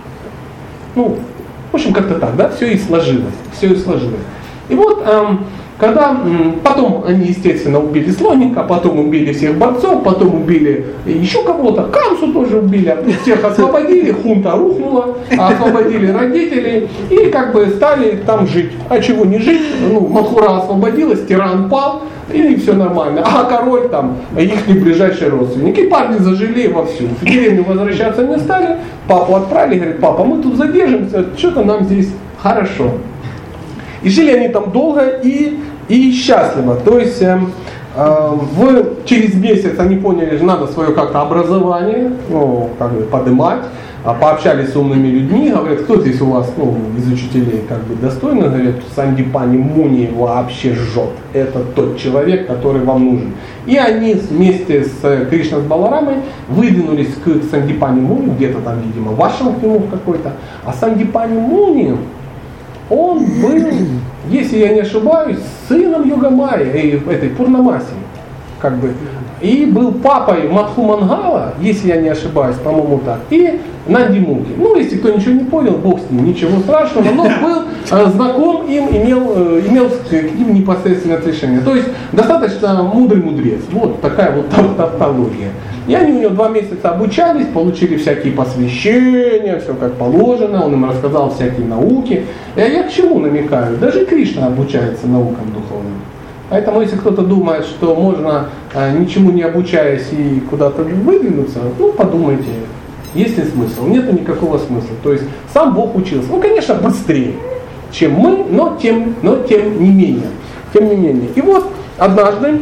A: ну, в общем, как-то так, да, все и сложилось. Все и сложилось. И вот, эм, когда м, потом они, естественно, убили слоника, потом убили всех борцов, потом убили еще кого-то, Камсу тоже убили, всех освободили, хунта рухнула, освободили родителей и как бы стали там жить. А чего не жить? Ну, Мадхура освободилась, тиран пал, и все нормально. А король там, их ближайшие родственники. И парни зажили вовсю. В деревню возвращаться не стали, папу отправили, говорит, папа, мы тут задержимся, что-то нам здесь хорошо. И жили они там долго и, и счастливо. То есть э, э, в, через месяц они поняли, что надо свое как-то образование, ну, как бы поднимать. Пообщались с умными людьми, говорят, кто здесь у вас, ну, из учителей как бы достойный, говорят, Сандипани Муни вообще жжет. Это тот человек, который вам нужен. И они вместе с Кришной с Баларамой выдвинулись к Сандипани Муни, где-то там, видимо, вошел к нему какой-то. А Сандипани Муни, он был, если я не ошибаюсь, сыном Йогамайи, этой Пурнамаси, как бы. И был папой Мадхумангала, если я не ошибаюсь, по-моему так, и Нандимуки. Ну, если кто ничего не понял, бог с ним, ничего страшного, но был э, знаком им, имел, э, имел к ним непосредственное отношение. То есть достаточно мудрый мудрец. Вот такая вот тавтология. И они у него два месяца обучались, получили всякие посвящения, все как положено, он им рассказал всякие науки. И я к чему намекаю? Даже Кришна обучается наукам духовным. Поэтому, если кто-то думает, что можно, ничему не обучаясь, и куда-то выдвинуться, ну, подумайте, есть ли смысл? Нету никакого смысла. То есть, сам Бог учился. Ну, конечно, быстрее, чем мы, но тем, но тем не менее. Тем не менее. И вот, однажды,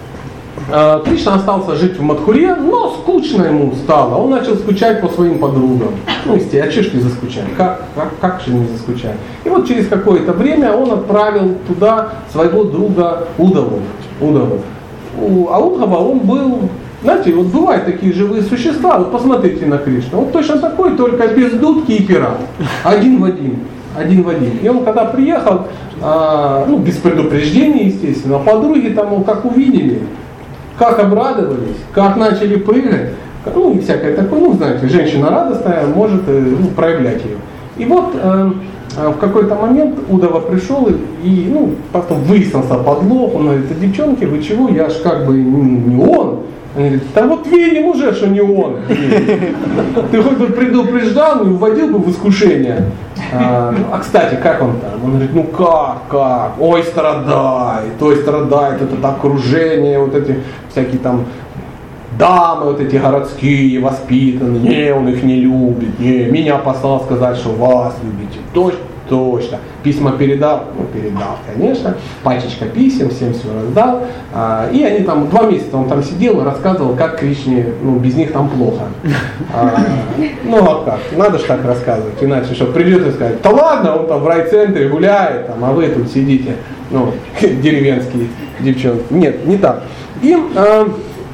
A: Кришна остался жить в Мадхуре, но скучно ему стало. Он начал скучать по своим подругам. Ну, естественно, а че ж не заскучать? Как, как, как же не заскучать? И вот через какое-то время он отправил туда своего друга Удаву. Удаву. А Удава, он был, знаете, вот бывают такие живые существа, вот посмотрите на Кришну. Вот точно такой, только без дудки и пера. Один в один. Один в один. И он когда приехал, а, ну, без предупреждения, естественно, подруги там, как увидели, как обрадовались, как начали прыгать, ну и всякое такое, ну знаете, женщина радостная может, ну, проявлять ее. И вот э, в какой-то момент Удова пришел и, и ну, потом выяснился подлог, он говорит, девчонки, вы чего, я ж как бы не он. Он говорит, да вот видим уже, что не он. Ты хоть бы предупреждал, не вводил бы в искушение. А, а кстати, как он там? Он говорит, ну как, как? Ой, страдает, ой, страдает, это окружение, вот эти всякие там дамы, вот эти городские, воспитанные, не, он их не любит, не, меня послал сказать, что вас любите. Точно, точно. Письма передал, ну передал, конечно, пачечка писем, всем все раздал. А, и они там, два месяца он там сидел и рассказывал, как Кришне, ну без них там плохо. А, ну а как, надо же так рассказывать, иначе что придет и скажет, да ладно, он там в райцентре гуляет, там, а вы тут сидите, ну, деревенские девчонки. Нет, не так. И а,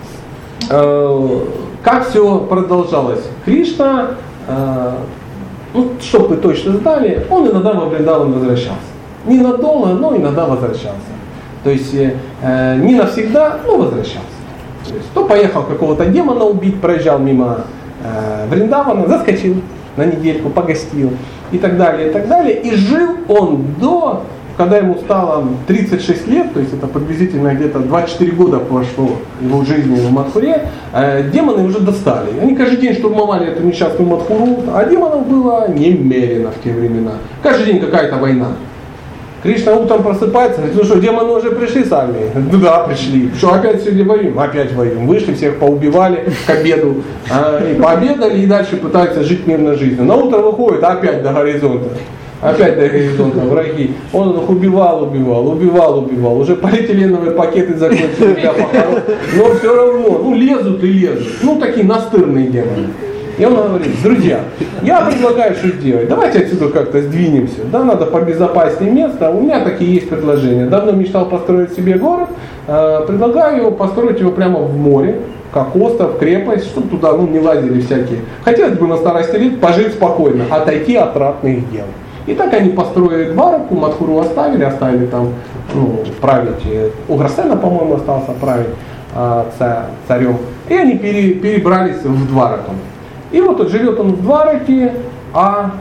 A: а, как все продолжалось? Кришна, а, ну, чтобы вы точно знали, он иногда во Вриндаван возвращался. Ненадолго, но иногда возвращался. То есть э, не навсегда, но возвращался. То есть, то поехал какого-то демона убить, проезжал мимо э, Вриндавана, заскочил на недельку, погостил и так далее, и так далее. И жил он до, когда ему стало тридцать шесть лет, то есть это приблизительно где-то двадцать четыре года прошло его жизни в Мадхуре, э, демоны уже достали. Они каждый день штурмовали эту несчастную Мадхуру, а демонов было немерено в те времена. Каждый день какая-то война. Кришна утром просыпается, говорит, ну что, демоны уже пришли с армией? Ну да, пришли. Что, опять сегодня воюем? Опять воюем. Вышли, всех поубивали к обеду, э, и пообедали, и дальше пытаются жить мирной жизнью. На утро выходит, опять до горизонта. Опять до горизонта враги. Он их убивал, убивал, убивал, убивал. Уже полиэтиленовые пакеты закончили для похорон. Но все равно, ну лезут и лезут. Ну такие настырные демоны. И он говорит, друзья, я предлагаю что сделать. Давайте отсюда как-то сдвинемся. Да, надо побезопаснее место. У меня такие есть предложения. Давно мечтал построить себе город. Предлагаю построить его прямо в море. Как остров, крепость, чтобы туда ну, не лазили всякие. Хотелось бы на старости лет пожить спокойно, отойти от ратных дел. И так они построили Двараку, Мадхуру оставили, оставили там ну, править, Уграсена, по-моему, остался править э, царем. И они пере, перебрались в Двараку. И вот он живет он в Двараке, а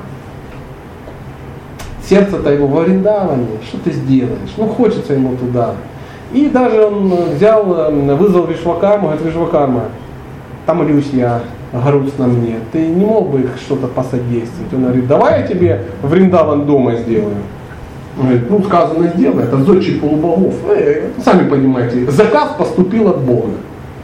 A: сердце-то его во Вриндаване, что ты сделаешь? Ну хочется ему туда. И даже он взял, вызвал Вишвакарму, говорит, Вишвакарма, там Люсья, грустно мне, ты не мог бы их что-то посодействовать? Он говорит, давай я тебе Вриндаван дома сделаю. Он говорит, ну сказано сделай, это зодчий полубогов. Э, сами понимаете, заказ поступил от Бога.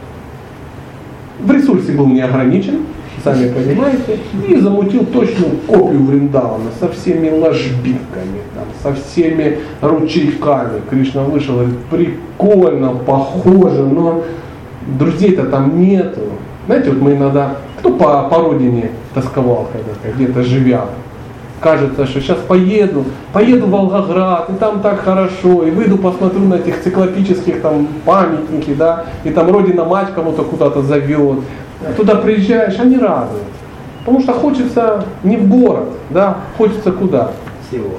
A: В ресурсе был не ограничен, сами понимаете, и замутил точную копию Вриндавана со всеми ложбинками, там, со всеми ручейками. Кришна вышел, говорит, прикольно, похоже, но друзей-то там нету. Знаете, вот мы иногда, кто по, по родине тосковал когда-то, где-то живя, кажется, что сейчас поеду, поеду в Волгоград, и там так хорошо, и выйду посмотрю на этих циклопических там памятники, да, и там родина-мать кого-то куда-то зовет. Туда приезжаешь, а не радует. Потому что хочется не в город, да, хочется куда?
C: Всего.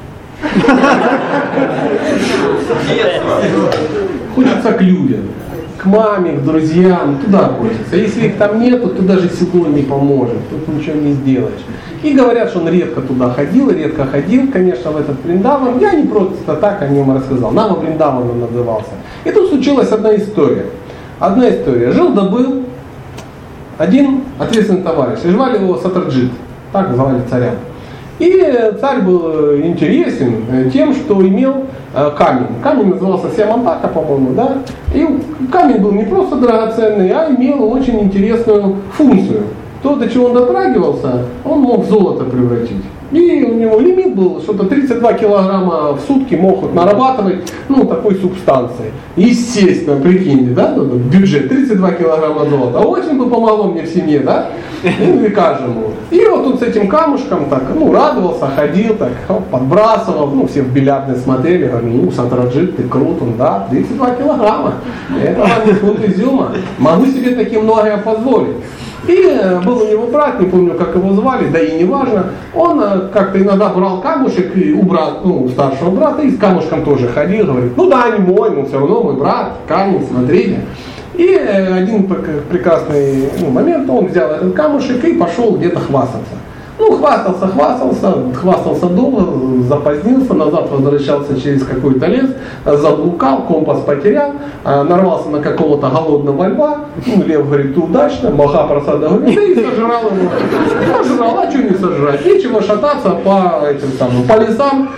A: Хочется к людям, к маме, к друзьям, туда хочется. Если их там нету, то даже село не поможет, тут ничего не сделаешь. И говорят, что он редко туда ходил, редко ходил, конечно, в этот Вриндаван. Я не просто так о нем рассказал. Нама Вриндаван он назывался. И тут случилась одна история. Одна история. Жил-добыл один ответственный товарищ. И звали его Сатарджит. Так звали царя. И царь был интересен тем, что имел камень. Камень назывался Сиамантака, по-моему, да? И камень был не просто драгоценный, а имел очень интересную функцию. То, до чего он дотрагивался, он мог в золото превратить. И у него лимит был, что-то тридцать два килограмма в сутки мог нарабатывать, ну, такой субстанции. Естественно, прикиньте, да, бюджет тридцать два килограмма золота. Очень бы помогло мне в семье, да, или каждому. И вот он с этим камушком так, ну, радовался, ходил, так, подбрасывал, ну, все в бильярдные смотрели, говорили, ну, Сатарджит, ты крут, он, да, тридцать два килограмма. Это вам не фунт изюма. Могу себе таким многое позволить. И был у него брат, не помню, как его звали, да и не важно, он как-то иногда брал камушек и у брата, ну, у старшего брата, и с камушком тоже ходил, говорит, ну да, не мой, но все равно мой брат, камень, смотрите. И один прекрасный ну, момент, он взял этот камушек и пошел где-то хвастаться. Ну, хвастался, хвастался, хвастался долго, запозднился, назад возвращался через какой-то лес, заблукал, компас потерял, нарвался на какого-то голодного льва, ну, лев говорит, удачно, Махапрасада говорит, да и сожрал его. Сожрал, а что не сожрать? Нечего шататься по этим самым, по лесам,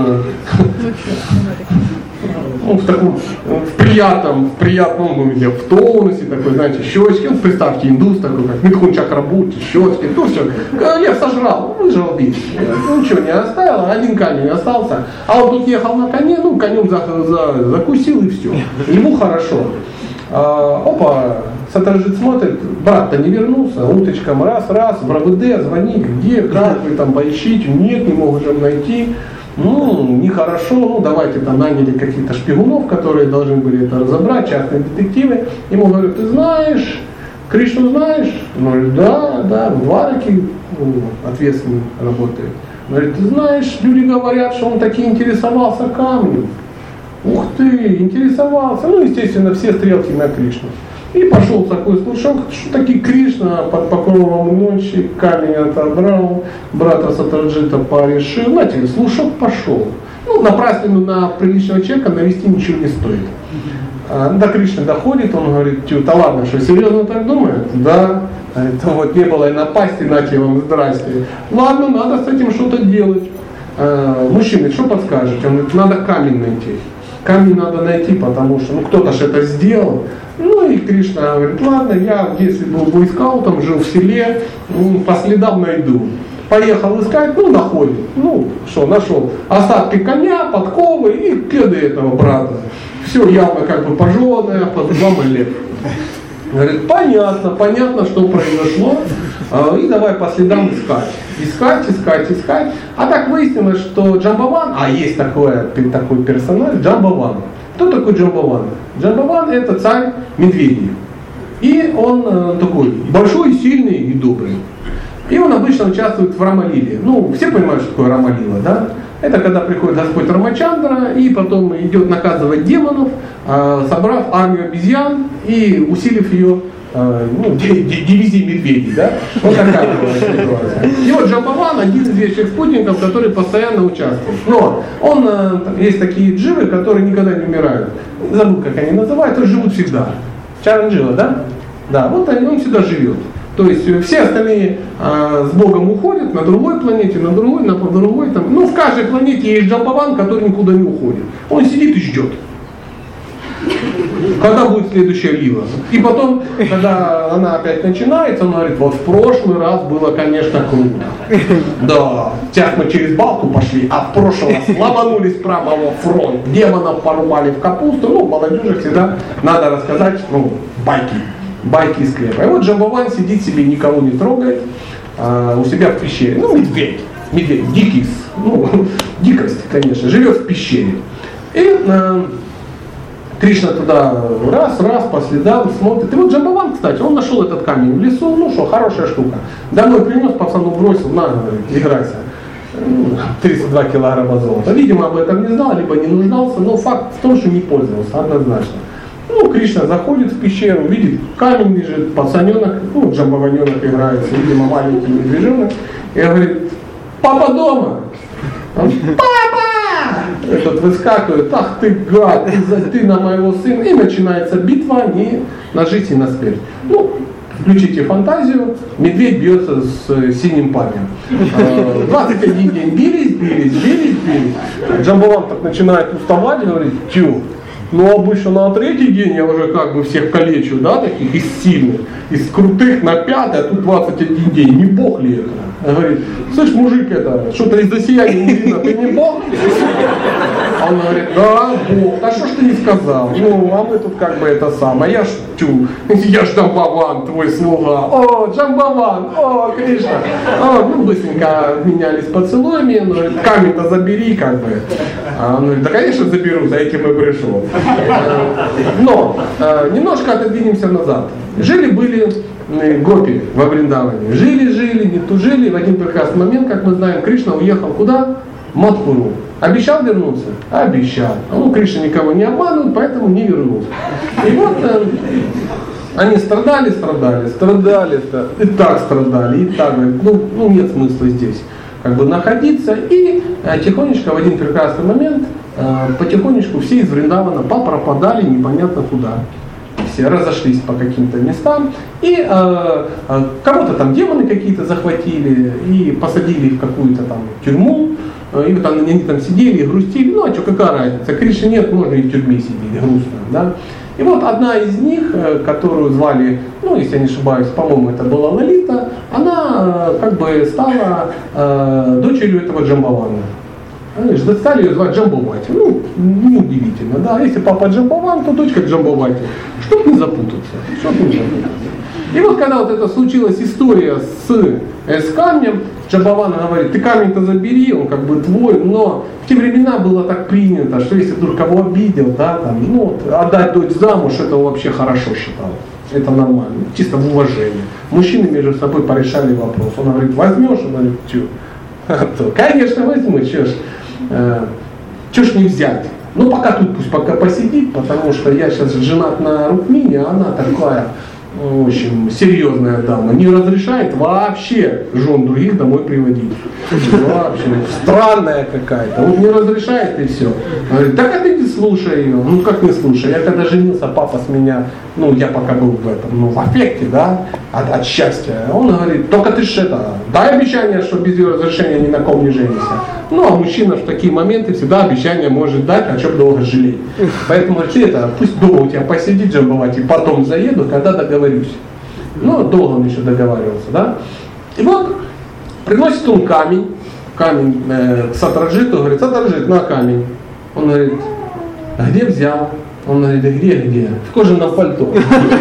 A: ну, в таком в приятном, в приятном, ну, где в тонусе, такой, знаете, щечки, ну, представьте, индус такой, как Митхун Чакрабурти, щечки, ну все, лев сожрал, выжил бить, ну ничего не оставил, один камень остался, а он тут ехал на коне, ну, конем за, за, закусил и все, ему хорошо. А, опа, Сатраджит смотрит, брат-то не вернулся, уточкам раз-раз, в РВД звони, где, как вы там поищите, нет, не можем найти. Ну, нехорошо, ну давайте там наняли каких-то шпигунов, которые должны были это разобрать, частные детективы. Ему говорят, ты знаешь, Кришну знаешь? Он говорит, да, да, в Двараке ну, ответственный работает. Он говорит, ты знаешь, люди говорят, что он таки интересовался камнем. Ух ты, интересовался. Ну, естественно, все стрелки на Кришну. И пошел такой слушок, что таки Кришна под покровом ночи камень отобрал, брата Сатраджита порешил, знаете, слушок пошел. Ну, напраслину на приличного человека навести ничего не стоит. А, до Кришны доходит, он говорит, да ладно, что серьезно так думает? Да. Говорит, вот не было и напасти, нате вам здрасте. Ладно, надо с этим что-то делать. А, мужчина, что подскажете? Он говорит, надо камень найти. Камень надо найти, потому что ну кто-то же это сделал. Ну и Кришна говорит, ладно, я в детстве был бойскаутом, жил в селе, ну, по следам найду. Поехал искать, ну находит. Ну что, нашел остатки коня, подковы и кеды этого брата. Все явно как бы пожеванное, под зубам и лев. Говорит, понятно, понятно, что произошло. И давай по следам искать. Искать, искать, искать. А так выяснилось, что Джамбаван, а есть такой, такой персонаж, Джамбаван. Кто такой Джамбаван? Джамбаван это царь медведей. И он э, такой большой, сильный и добрый. И он обычно участвует в Рамалиле. Ну, все понимают, что такое Рамалила, да? Это когда приходит Господь Рамачандра и потом идет наказывать демонов, э, собрав армию обезьян и усилив ее э, ну, дивизией медведей, да? Вот такая была ситуация. И вот Джамбаван один из вечных спутников, который постоянно участвует. Но он, э, есть такие дживы, которые никогда не умирают. Забыл, как они называются, живут всегда. Чаранджива, да? Да, вот они, он всегда живет. То есть все остальные э, с Богом уходят на другой планете, на другой, на другой. Там. Ну, в каждой планете есть Джамбаван, который никуда не уходит. Он сидит и ждет. Когда будет следующая лила. И потом, когда она опять начинается, он говорит, вот в прошлый раз было, конечно, круто. Да, сейчас мы через балку пошли, а в прошлый раз ломанулись прямо во фронт. Демонов порубали в капусту. Ну, молодежи всегда надо рассказать, ну, байки. Байки из склепа. И вот Джамбаван сидит себе, никого не трогает, а, у себя в пещере. Ну, медведь. Медведь, дикий, ну, дикость, конечно, живет в пещере. И а, Кришна туда раз, раз, по следам смотрит. И вот Джамбаван, кстати, он нашел этот камень в лесу, ну что, хорошая штука. Домой принес, пацану бросил, на, говорит, играйся. тридцать два килограмма золота. Видимо, об этом не знал, либо не нуждался, но факт в том, что не пользовался, однозначно. Ну, Кришна заходит в пещеру, видит, камень лежит, пацаненок, ну, джамбаваненок играется, видимо, маленький медвежонок. И говорит, папа дома? Он, папа! Этот выскакивает, ах ты гад, ты, ты на моего сына. И начинается битва не на жизнь и на смерть. Ну, включите фантазию, медведь бьется с синим парнем. двадцать один день бились, бились, бились, бились. Джамбаван так начинает уставать и говорит, тю. Ну, обычно на третий день я уже как бы всех калечу, да, таких из сильных, из крутых на пятый, а тут двадцать один день. Не бог ли это? Он говорит, слышь, мужик, это, что-то из-за сияния не видно, ты не бог? А он говорит, да, бог, а что ж ты не сказал? Ну, а мы тут как бы это самое, я ж тю, я ж Джамбаван, твой слуга. О, Джамбаван, о, Кришна. А, ну, быстренько обменялись поцелуями, он говорит, камень-то забери, как бы. А он говорит, да, конечно, заберу, за этим и пришел. Но немножко отодвинемся назад. Жили-были гопи во Вриндаване. Жили-жили, не тужили. В один прекрасный момент, как мы знаем, Кришна уехал куда? В Мадхуру. Обещал вернуться? Обещал. Ну, Кришна никого не обманывает, поэтому не вернулся. И вот Они страдали, страдали, страдали, и так страдали, и так, ну, ну нет смысла здесь как бы находиться. И э, тихонечко в один прекрасный момент э, потихонечку все из Вриндавана попропадали непонятно куда. Все разошлись по каким-то местам, и э, э, кого-то там демоны какие-то захватили и посадили в какую-то там тюрьму, э, и вот там, они там сидели и грустили. Ну а что, какая разница, Кришны нет, можно и в тюрьме сидеть, грустно, да. И вот одна из них, которую звали, ну если я не ошибаюсь, по-моему это была Лалита, она как бы стала э, дочерью этого Джамбавана. Стали ее звать Джамбавати. Ну, неудивительно, да. Если папа Джамбаван, то дочка Джамбавати. Чтоб не запутаться. Чтоб не запутаться. И вот когда вот это случилась история с, с камнем, Джамбаван говорит, ты камень-то забери, он как бы твой, но в те времена было так принято, что если вдруг кого обидел, да, там, ну, отдать дочь замуж, это вообще хорошо считалось. Это нормально, чисто в уважении. Мужчины между собой порешали вопрос. Он говорит, возьмешь? Он говорит, что? Конечно возьму, что ж. Чего ж не взять? Ну пока тут пусть пока посидит, потому что я сейчас женат на Рукмине, а она такая, в общем, серьезная дама, не разрешает вообще жен других домой приводить. Вообще, странная какая-то, вот не разрешает и все. Говорит, так а ты не слушай ее. Ну как не слушай? Я когда женился, папа с меня, ну я пока был в этом, ну в аффекте, да, от, от счастья. Он говорит, только ты ж это, дай обещание, что без ее разрешения ни на ком не женишься. Ну а мужчина в такие моменты всегда обещание может дать, а чем долго жалеть. Поэтому ты это, пусть дома у тебя посидит Джамбавати, потом заеду, когда договорюсь. Ну долго он еще договаривался, да. И вот приносит он камень, камень э, к Сатраджиту, говорит, Сатраджит, на камень. Он говорит, а где взял? Он говорит, где, где? В кожаном пальто.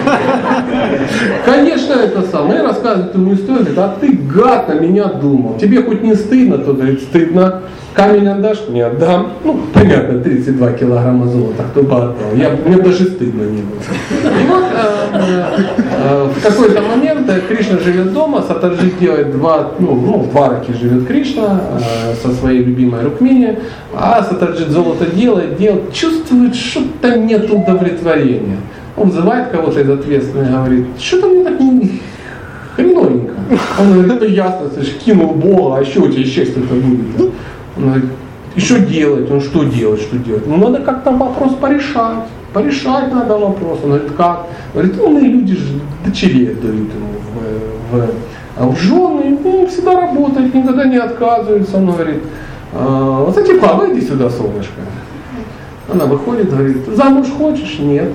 A: Конечно, это самое. Я рассказываю ему историю, говорит, а ты гад на меня думал. Тебе хоть не стыдно? Тот говорит, стыдно. Камень отдашь? Не отдам. Ну, понятно, тридцать два килограмма золота, кто бы отдал. Я, мне даже стыдно не было. И вот э, э, в какой-то момент Кришна живет дома, Сатраджит делает два, ну, ну в Двараке живет Кришна э, со своей любимой Рукмини, а Сатраджит золото делает, делает, чувствует, что-то нет удовлетворения. Он вызывает кого-то из ответственных и говорит, что-то мне так не хреновенько. Он говорит, это ясно, ты же кинул Бога, а еще у тебя счастье-то будет. Он говорит, и что делать? Он что делать, что делать? Ну надо как-то вопрос порешать. Порешать надо вопрос. Он говорит, как? Говорит, умные люди же дочерей дают ему в, в, в жены, ну, всегда работает, никогда не отказывается. Он говорит, вот Сатипха, выйди сюда, солнышко. Она выходит, говорит, замуж хочешь? Нет.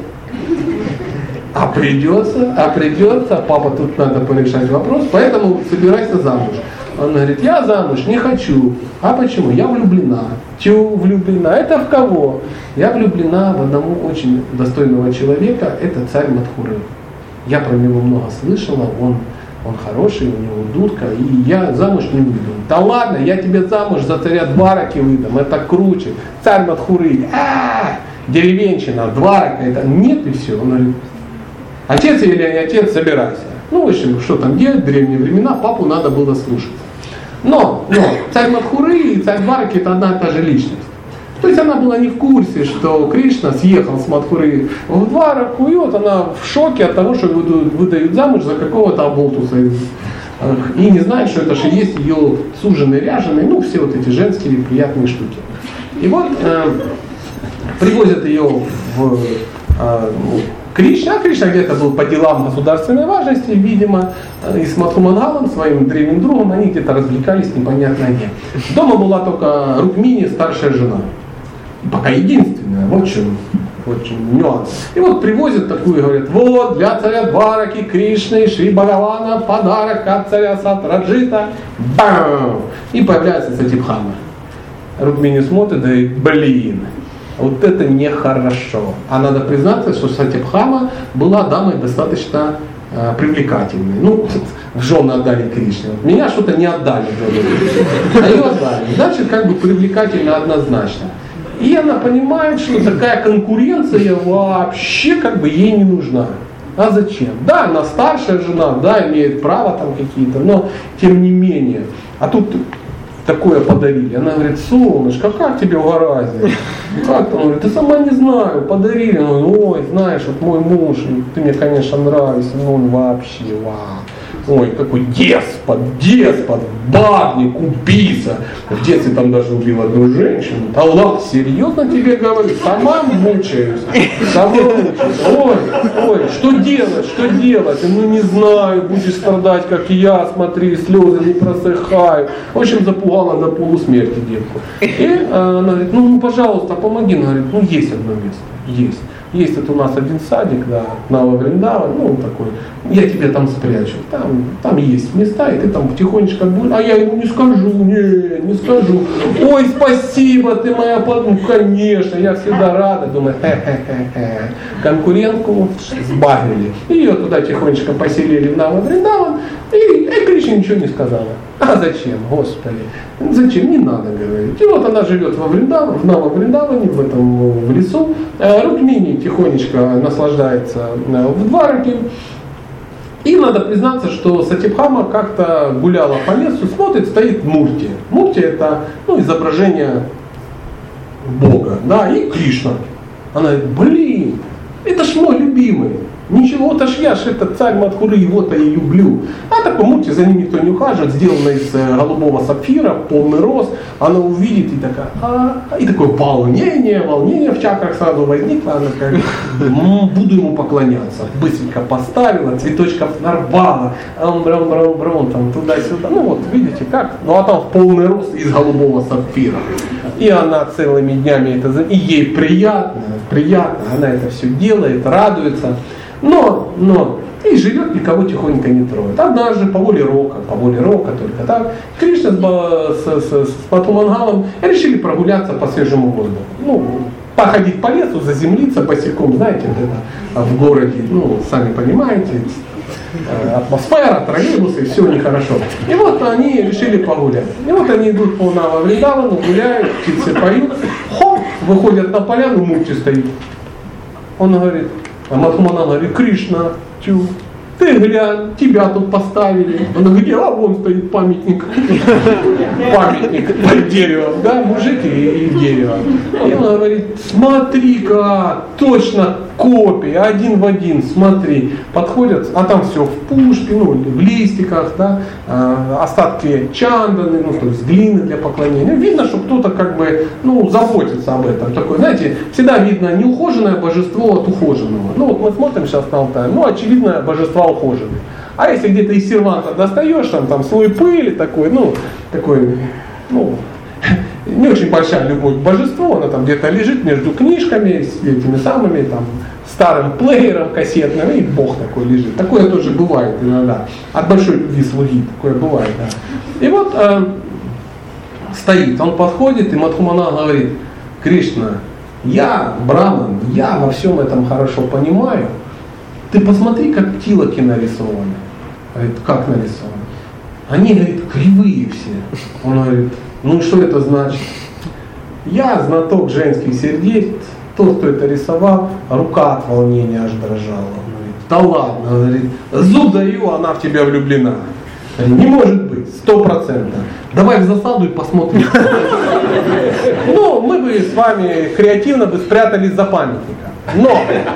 A: А придется, а придется, папа, тут надо порешать вопрос, поэтому собирайся замуж. Он говорит, я замуж не хочу. А почему? Я влюблена. Чего влюблена? Это в кого? Я влюблена в одного очень достойного человека, это царь Мадхуры. Я про него много слышала, он, он хороший, у него дудка, и я замуж не выйду. Да ладно, я тебе замуж за царя Двараки выдам, это круче. Царь Мадхуры, а деревенщина, Дварака, это нет и все. Он говорит, отец или не отец, собирайся. Ну, в общем, что там делать, в древние времена папу надо было слушаться. Но, но царь Мадхуры и царь Двараки это одна и та же личность. То есть она была не в курсе, что Кришна съехал с Мадхуры в Двараку, и вот она в шоке от того, что выдают замуж за какого-то оболтуса. И не знает, что это же есть ее суженый, ряженый, ну все вот эти женские приятные штуки. И вот э, привозят ее в э, Кришна, а Кришна где-то был по делам государственной важности, видимо, и с Мадхумангалом, своим древним другом, они где-то развлекались непонятно где. Дома была только Рукмини, старшая жена. Пока единственная, вот в чем, вот в чем нюанс. И вот привозят такую и говорят, вот для царя Двараки, Кришны, Шри Бхагавана подарок от царя Сатраджита. Бам! И появляется Сатипхама. Рукмини смотрит и говорит, блин. Вот это нехорошо. А надо признаться, что Сатипхама была дамой достаточно э, привлекательной. Ну, в жены отдали Кришне. Меня что-то не отдали. А ее отдали. Значит, как бы привлекательно однозначно. И она понимает, что такая конкуренция вообще как бы ей не нужна. А зачем? Да, она старшая жена, да, имеет право там какие-то, но тем не менее. А тут такое подарили. Она говорит, солнышко, как тебе угораздило? Как-то? Он говорит, ты сама не знаю, подарили. Он говорит, ой, знаешь, вот мой муж, ты мне, конечно, нравишься, но он вообще, вау. Ой, какой деспот, деспот, бабник, убийца. В детстве там даже убил одну женщину. Аллах, серьезно тебе говорю, сама мучаюсь. Сама мучаюсь. Ой, ой, что делать, что делать? Ну не знаю, будешь страдать, как и я, смотри, слезы не просыхают. В общем, запугала до полусмерти девку. И э, она говорит, ну, ну пожалуйста, помоги. Она говорит, ну есть одно место, есть. Есть это у нас один садик, да, Нава-Вриндаван, ну такой, я тебе там спрячу, там, там есть места, и ты там потихонечку будешь, а я ему не скажу, не, не скажу. Ой, спасибо, ты моя подруга, ну, конечно, я всегда рада, думаю, хе-хе-хе-хе. Конкурентку сбагрили, ее туда тихонечко поселили в Нава-Вриндаван, и, и Кришна ничего не сказала. А зачем, Господи, зачем, не надо говорить. И вот она живет во Вриндаване, в Нава-Вриндаване, в этом в лесу, Рукмини тихонечко наслаждается в двараке. И надо признаться, что Сатибхама как-то гуляла по лесу, смотрит, стоит Мурти. Мурти это ну, изображение Бога, да, и Кришна. Она говорит, блин, это ж мой любимый. Ничего-то ж я ж этот царь Мадхуры, его-то и люблю. А такой Мурти, за ним никто не ухаживает, сделано из голубого сапфира, полный рост. Она увидит и такая, а, и такое волнение, волнение в чакрах сразу возникло. Она такая, буду ему поклоняться. Быстренько поставила, цветочков нарвала, бром-бром-бром, там туда-сюда. Ну вот, видите как? Ну а там в полный рост из голубого сапфира. И она целыми днями это, и ей приятно, приятно, она это все делает, радуется. Но, но, и живет, никого тихонько не троит. Однажды по воле Рока, по воле Рока только так, Кришна с, с, с, с Матхумангалом решили прогуляться по свежему воздуху. Ну, походить по лесу, заземлиться босиком, знаете, это в городе, ну, сами понимаете, атмосфера, троллейбусы, все нехорошо. И вот они решили погулять. И вот они идут по Нава-Вриндавану, гуляют, птицы поют, хоп, выходят на поляну, Мурти стоит. Он говорит, а Матхуманал говорит, Кришна, тю, ты глянь, тебя тут поставили. Он говорит, где? А вон стоит памятник. Памятник под деревом, да, мужик и, и дерево. И он говорит, смотри-ка, точно копия, один в один, смотри. Подходят, а там все в пушке, ну, в листиках, да, остатки чанданы, ну, то есть глины для поклонения. Видно, что кто-то как бы, ну, заботится об этом. Такое, знаете, всегда видно неухоженное божество от ухоженного. Ну, вот мы смотрим сейчас на Алтай, ну, очевидно, божества ухоженные. А если где-то из серванта достаешь, там, там слой пыли такой, ну, такой, ну, не очень большая любовь к божеству, она там где-то лежит между книжками, с этими самыми, там, старым плеером кассетным, и Бог такой лежит. Такое тоже бывает иногда. От большой любви слуги такое бывает, да. И вот э, стоит, он подходит, и Мадхумана говорит, Кришна, я браман, я во всем этом хорошо понимаю. Ты посмотри, как тилоки нарисованы. Говорит, как нарисованы? Они, говорит, кривые все. Он говорит, ну что это значит? Я знаток женских сердец, тот, кто это рисовал, рука от волнения аж дрожала. Он говорит, да ладно, он говорит, зуб даю, она в тебя влюблена. Говорит, не может быть, сто процентов. Давай в засаду и посмотрим. Ну, мы бы с вами креативно бы спрятались за памятником. Но,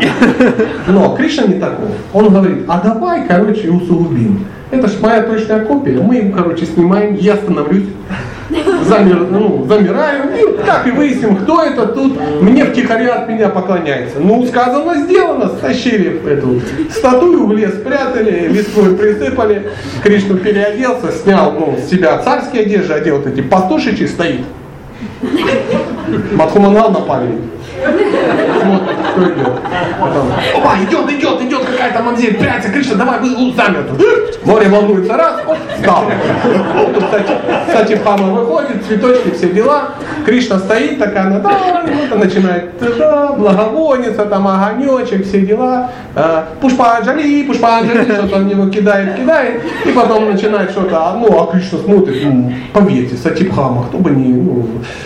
A: но Кришна не такой. Он говорит, а давай, короче, усугубим. Это ж моя точная копия. Мы им, короче, снимаем, я становлюсь, замер, ну, замираю, и так и выясним, кто это тут мне втихаря от меня поклоняется. Ну, сказано, сделано, стащили эту статую, в лес спрятали, листвой присыпали, Кришну переоделся, снял ну, с себя царские одежды, одел вот эти пастушичи, стоит. Мадхуманал напали. Смотрит, что идет. Потом, опа, идет, идет, идет какая-то мамзель, прячется, Кришна, давай, вы замер. Море волнуется, раз, оп, встал. Тут, кстати, кстати, Пама выходит, цветочки, все дела. Кришна стоит, такая, она, да, вот, начинает, да, благовонится, там огонечек, все дела. Пушпанджали, пушпанджали, что-то он него кидает, кидает. И потом начинает что-то, ну, а Кришна смотрит, ну, поверьте, Сатибхама, кто бы не, ну,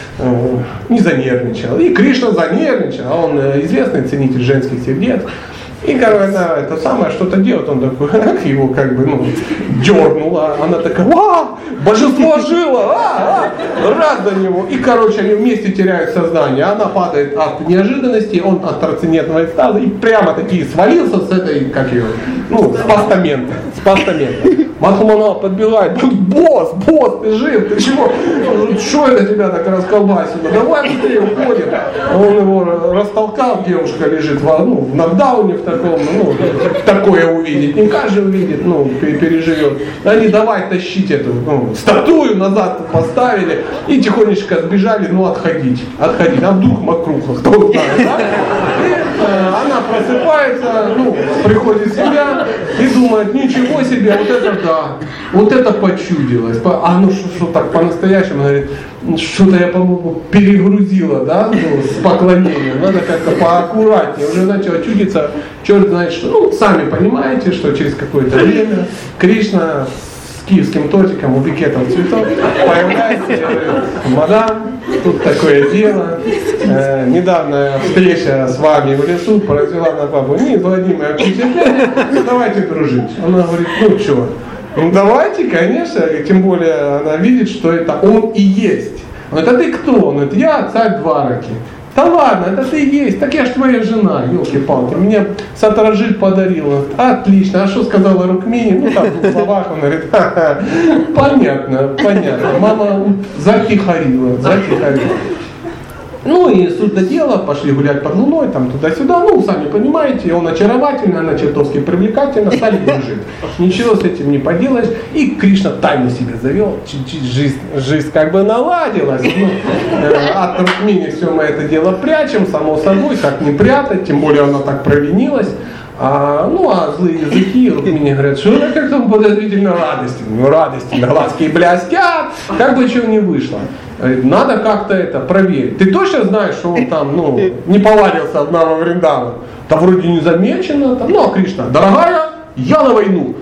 A: не занервничал. И Кришна занервничал, а он известный ценитель женских сердец.
D: И, короче, это самое что-то делает, он такой, его как бы, ну, дернуло, она такая, а, божество жило, а, а, раз до него. И, короче, они вместе теряют сознание, она падает от неожиданности, он от трансцендентного экстаза и прямо таки свалился с этой, как ее, ну, с постамента, с постамента. Махманал подбегает, босс, босс, ты жив, ты чего? Что это тебя так расколбасило? Давай быстрее уходим. Он его растолкал, девушка лежит в, ну, в нокдауне в таком, ну, такое увидеть, не каждый увидит, ну, переживет. Они давай тащить эту, ну, статую назад поставили и тихонечко сбежали, ну, отходить, отходить. А вдруг мокруха, кто знает, да? И, э, она просыпается, ну, приходит в себя и думает, ничего себе, вот это да, вот это почудилось. А ну что, что так по-настоящему, говорит, что-то я, по-моему, перегрузила, да, ну, с поклонением, надо как-то поаккуратнее, уже начало чудиться, черт знает что. Ну, сами понимаете, что через какое-то время Кришна с киевским тортиком у букетом цветов появляется, говорит, мадам, тут такое дело, э, недавняя встреча с вами в лесу произвела на папу неизгладимое впечатление, давайте дружить. Она говорит, ну что, ну давайте, конечно, тем более она видит, что это он и есть. Он говорит, а ты кто? Он говорит, я царь Двараки. Да ладно, это ты и есть, так я ж твоя жена, елки-палки, мне Сатражиль подарила. Отлично, а что сказала Рукмини? Ну там в словах он говорит, ха-ха, понятно, понятно, мама затихарила, затихарила. Ну и суть до дела, пошли гулять под луной, там туда-сюда, ну сами понимаете, он очаровательный, она чертовски привлекательна, стали дружить. Ничего с этим не поделаешь. И Кришна тайну себе завел, жизнь, жизнь как бы наладилась. Ну, э, от Рукмини все мы это дело прячем, само собой, как не прятать, тем более она так провинилась. А, ну а злые языки Рукмини говорят, что она как-то подозрительно радости. Ну радости, глазки блестят, как бы чего не вышло. Надо как-то это проверить. Ты точно знаешь, что он там, ну, не повадился одного Вриндавана? Да вроде не замечено. Там. Ну а Кришна, дорогая, я на войну.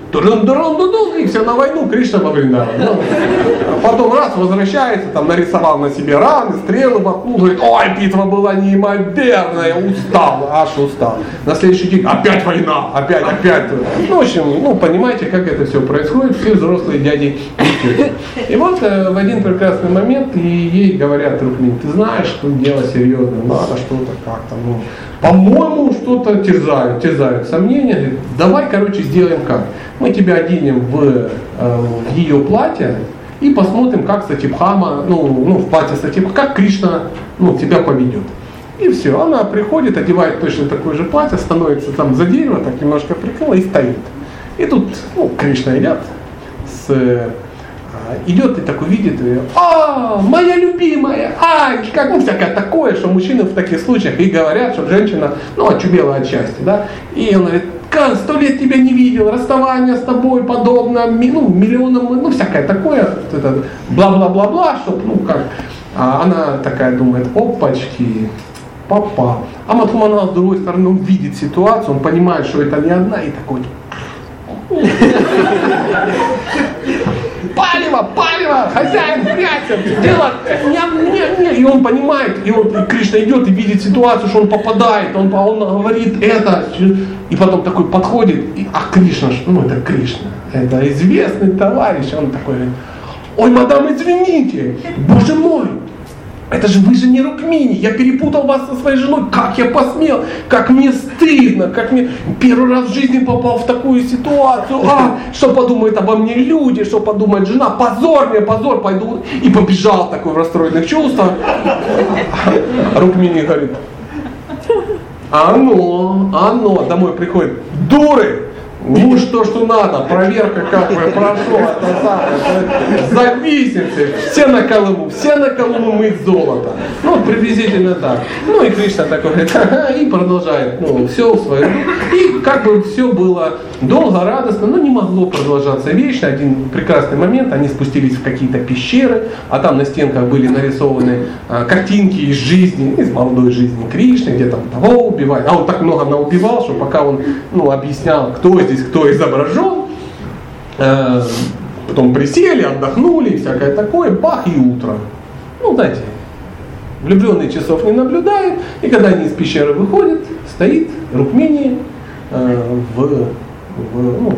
D: И все на войну, Кришна во Вриндаван. Ну, потом раз возвращается, там нарисовал на себе раны, стрелы воткнул, говорит, ой, битва была неимоверная, устал, аж устал. На следующий день опять война, опять, опять. Ну, в общем, ну, понимаете, как это все происходит, все взрослые дяди и тети. И вот э, в один прекрасный момент и ей говорят, Рукмини, ты знаешь, что дело серьезное, надо что-то как-то, ну, по-моему, что-то терзают, терзают сомнения. Говорит, давай, короче, сделаем как. Мы тебя оденем в, э, в ее платье и посмотрим, как Сатибхама, ну, ну в платье Сатибхама, как Кришна, ну, тебя поведет. И все, она приходит, одевает точно такое же платье, становится там за дерево, так немножко прикрыла и стоит. И тут, ну, Кришна идет, с, э, идет и такой видит ее, а, моя любимая, а, как, ну, всякое такое, что мужчины в таких случаях и говорят, что женщина, ну, очумела от счастья, да, и он говорит, сто лет тебя не видел, расставание с тобой подобно, ну, миллионам, ну, всякое такое, это, бла-бла-бла-бла, чтоб, ну, как, а она такая думает, опачки, папа, а Мадхуманал с другой стороны, он видит ситуацию, он понимает, что это не одна, и такой, палево, палево, хозяин, прячет, дело, не, не, не. И он понимает, и он, и Кришна идет и видит ситуацию, что он попадает, он, он говорит это, и потом такой подходит, и, а Кришна, ну это Кришна, это известный товарищ, он такой, ой, мадам, извините, боже мой, это же вы же не Рукмини, я перепутал вас со своей женой, как я посмел, как мне стыдно, как мне первый раз в жизни попал в такую ситуацию, а, что подумают обо мне люди, что подумает жена, позор мне, позор, пойду, и побежал такой в расстроенных чувствах. Рукмини говорит, оно, оно, домой приходит, дуры! Ну что, что надо, проверка как бы прошла, это самое, зависимцы, все на Колыму, все на Колыму мыть золото. Ну, вот приблизительно так. Ну и Кришна такой говорит, ага, и продолжает, ну, все в свою. И как бы все было долго, радостно, но не могло продолжаться вечно. Один прекрасный момент, они спустились в какие-то пещеры, а там на стенках были нарисованы а, картинки из жизни, из молодой жизни Кришны, где там того убивает. А он так много наубивал, что пока он, ну, объяснял, кто здесь, кто изображен, э, потом присели, отдохнули, всякое такое, бах, и утро. Ну, знаете, влюбленные часов не наблюдают, и когда они из пещеры выходят, стоит Рукмини э, в, в, ну,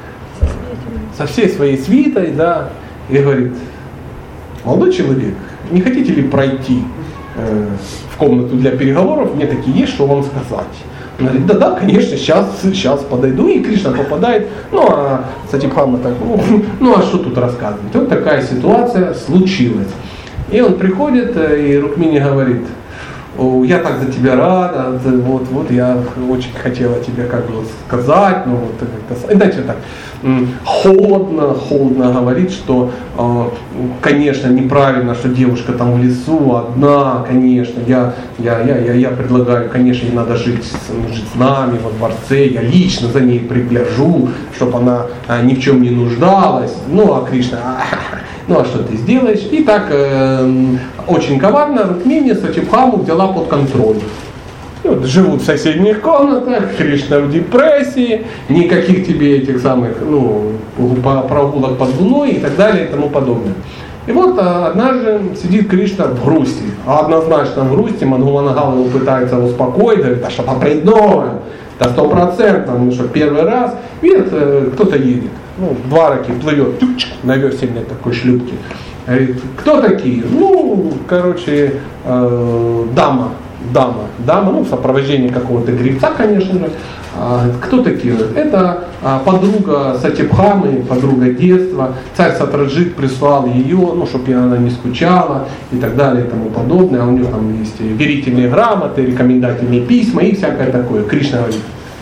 D: со всей своей свитой, да, и говорит: молодой человек, не хотите ли пройти э, в комнату для переговоров, мне такие есть, что вам сказать. Он говорит: да, да, конечно, сейчас, сейчас подойду, и Кришна попадает. Ну, а Сатибхама так, ну, ну а что тут рассказывать? Вот такая ситуация случилась. И он приходит, и Рукмини говорит: я так за тебя рада, вот, вот я очень хотела тебе как бы сказать, ну вот как-то, знаете, так холодно, холодно говорит, что, конечно, неправильно, что девушка там в лесу одна, конечно, я, я, я, я, я предлагаю, конечно, ей надо жить, жить с нами во дворце, я лично за ней пригляжу, чтобы она ни в чем не нуждалась, ну а Кришна, ну а что ты сделаешь? И так э, очень коварно Рукмини Сатибхаму взяла под контроль. И вот живут в соседних комнатах, Кришна в депрессии, никаких тебе этих самых, ну, прогулок под луной и так далее и тому подобное. И вот однажды сидит Кришна в грусти, а однозначно в грусти, Мадхуванагала его пытается успокоить, говорит: да что-то придумаем, да сто процентов, ну что первый раз, видит, кто-то едет. Ну, два раки плывет на весельной такой шлюпке. Говорит: кто такие? Ну, короче, э, дама, дама, дама, ну, в сопровождении какого-то гребца, конечно же. А, кто такие? Это а, подруга Сатибхамы, подруга детства. Царь Сатраджит прислал ее, ну, чтобы она не скучала и так далее и тому подобное. А у нее там есть верительные грамоты, рекомендательные письма и всякое такое. Кришна говорит: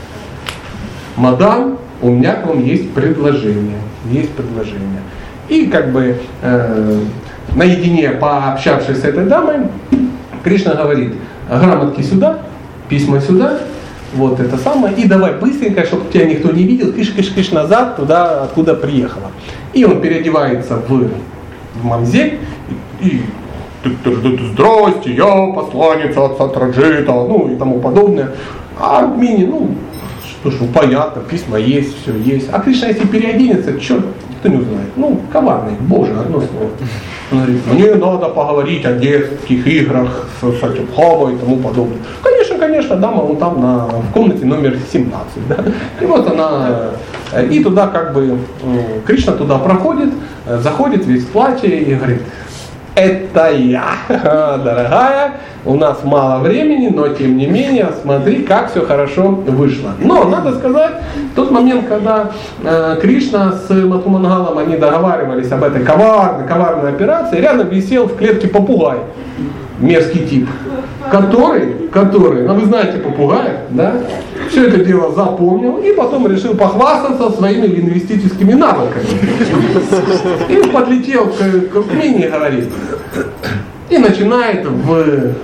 D: мадам, у меня к вам есть предложение, есть предложение. И как бы э, наедине, пообщавшись с этой дамой, Кришна говорит: грамотки сюда, письма сюда, вот это самое, и давай быстренько, чтобы тебя никто не видел, кыш-кыш-кыш назад, туда, откуда приехала. И он переодевается в, в мамзель и, и здрасте, я посланец от Сатраджита, ну и тому подобное. А Рукмини, ну, что ж, ну, понятно, письма есть, все есть. А Кришна, если переоденется, черт, никто не узнает. Ну, коварный, боже, одно слово. Он говорит: мне надо поговорить о детских играх с Сатибхамой и тому подобное. Конечно, конечно, дама, он там на, в комнате номер семнадцать. Да? И вот она, и туда как бы, Кришна туда проходит, заходит весь в платье и говорит: это я, дорогая, у нас мало времени, но тем не менее, смотри, как все хорошо вышло. Но надо сказать, в тот момент, когда э, Кришна с Мадхувангалом, они договаривались об этой коварной, коварной операции, рядом висел в клетке попугай, мерзкий тип, который, который, ну вы знаете попугаев, да, все это дело запомнил и потом решил похвастаться своими лингвистическими навыками. И подлетел к, к Рукмини и говорит, и начинает в,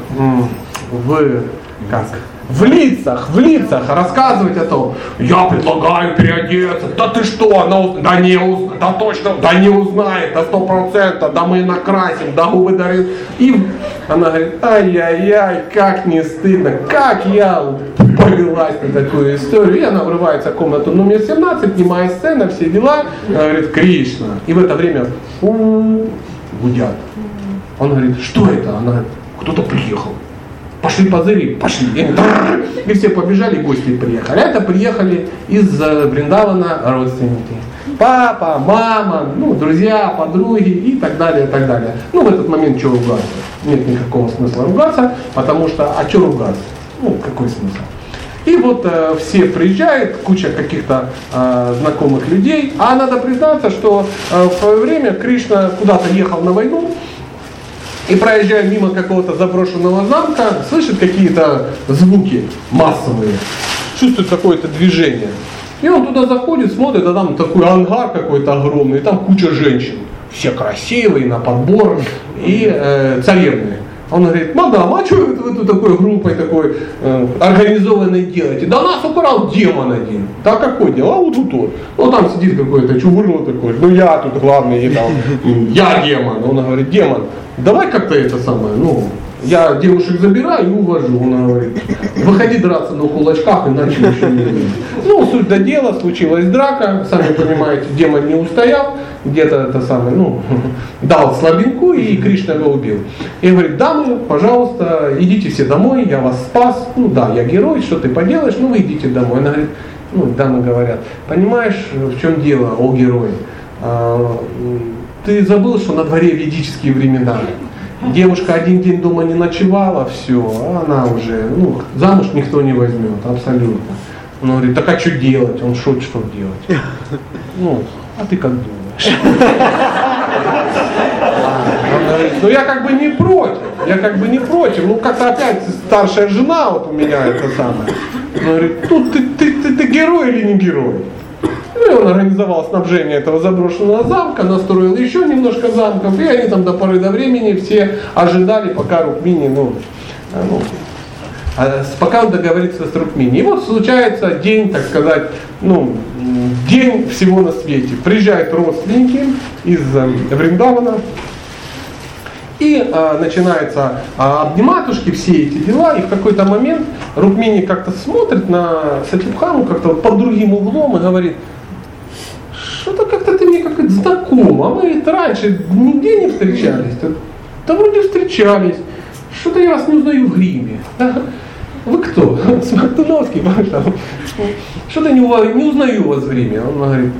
D: в, как, в лицах, в лицах рассказывать о том: я предлагаю переодеться, да ты что, она, да не узнает, да точно, да не узнает, да сто процентов, да мы накрасим, да губы дарим. И она говорит: ай-яй-яй, как не стыдно, как я повелась на такую историю. И она врывается в комнату номер семнадцать, снимая сцена, все дела, говорит: Кришна. И в это время фу, гудят. Он говорит: что это? Она говорит: кто-то приехал. Пошли позыри, пошли. И все побежали, гости приехали. А это приехали из Вриндавана родственники. Папа, мама, ну, друзья, подруги и так далее, и так далее. Ну, в этот момент что ругаться? Нет никакого смысла ругаться, потому что, а что ругаться? Ну, какой смысл? И вот э, все приезжают, куча каких-то э, знакомых людей. А надо признаться, что э, в свое время Кришна куда-то ехал на войну, и проезжая мимо какого-то заброшенного замка, слышит какие-то звуки массовые, чувствует какое-то движение. И он туда заходит, смотрит, а там такой ангар какой-то огромный, и там куча женщин. Все красивые, на подбор, и э, царевны. Он говорит: мадам, а что вы тут такой группой такой э, организованной делаете? Да нас украл демон один. Да какой демон? А вот тут вот. Ну там сидит какой-то чувырно такой. Ну я тут главный, и там, я демон. Он говорит: демон, давай как-то это самое, ну, я девушек забираю и увожу. Он говорит: выходи драться на кулачках, иначе еще не будет. Ну, суть до дела, случилась драка, сами понимаете, демон не устоял, где-то это самое, ну, дал слабинку, и Кришна его убил. И говорит: дамы, пожалуйста, идите все домой, я вас спас. Ну да, я герой, что ты поделаешь, ну вы идите домой. Она говорит: ну, дамы говорят, понимаешь, в чем дело, о герой? Ты забыл, что на дворе ведические времена. Девушка один день дома не ночевала, все, а она уже, ну, замуж никто не возьмет, абсолютно. Он говорит, так а что делать? Он шутит, что делать? Ну, а ты как думаешь? Он говорит, ну я как бы не против, я как бы не против, ну как-то опять старшая жена вот у меня это самое. Он говорит, ну ты, ты, ты, ты герой или не герой? Ну и он организовал снабжение этого заброшенного замка, настроил еще немножко замков, и они там до поры до времени все ожидали, пока Рукмини, ну, ну пока он договорится с Рукмини. И вот случается день, так сказать, ну, день всего на свете. Приезжают родственники из Вриндавана, и а, начинается а, обниматушки, все эти дела, и в какой-то момент Рукмини как-то смотрит на Сатибхаму как-то вот под другим углом и говорит, что-то как-то ты мне как-то знакомо, мы раньше нигде не встречались, да вроде встречались, что-то я вас не узнаю в гриме. Вы кто? Смоктуновский, что-то не, не узнаю вас в гриме. Он говорит,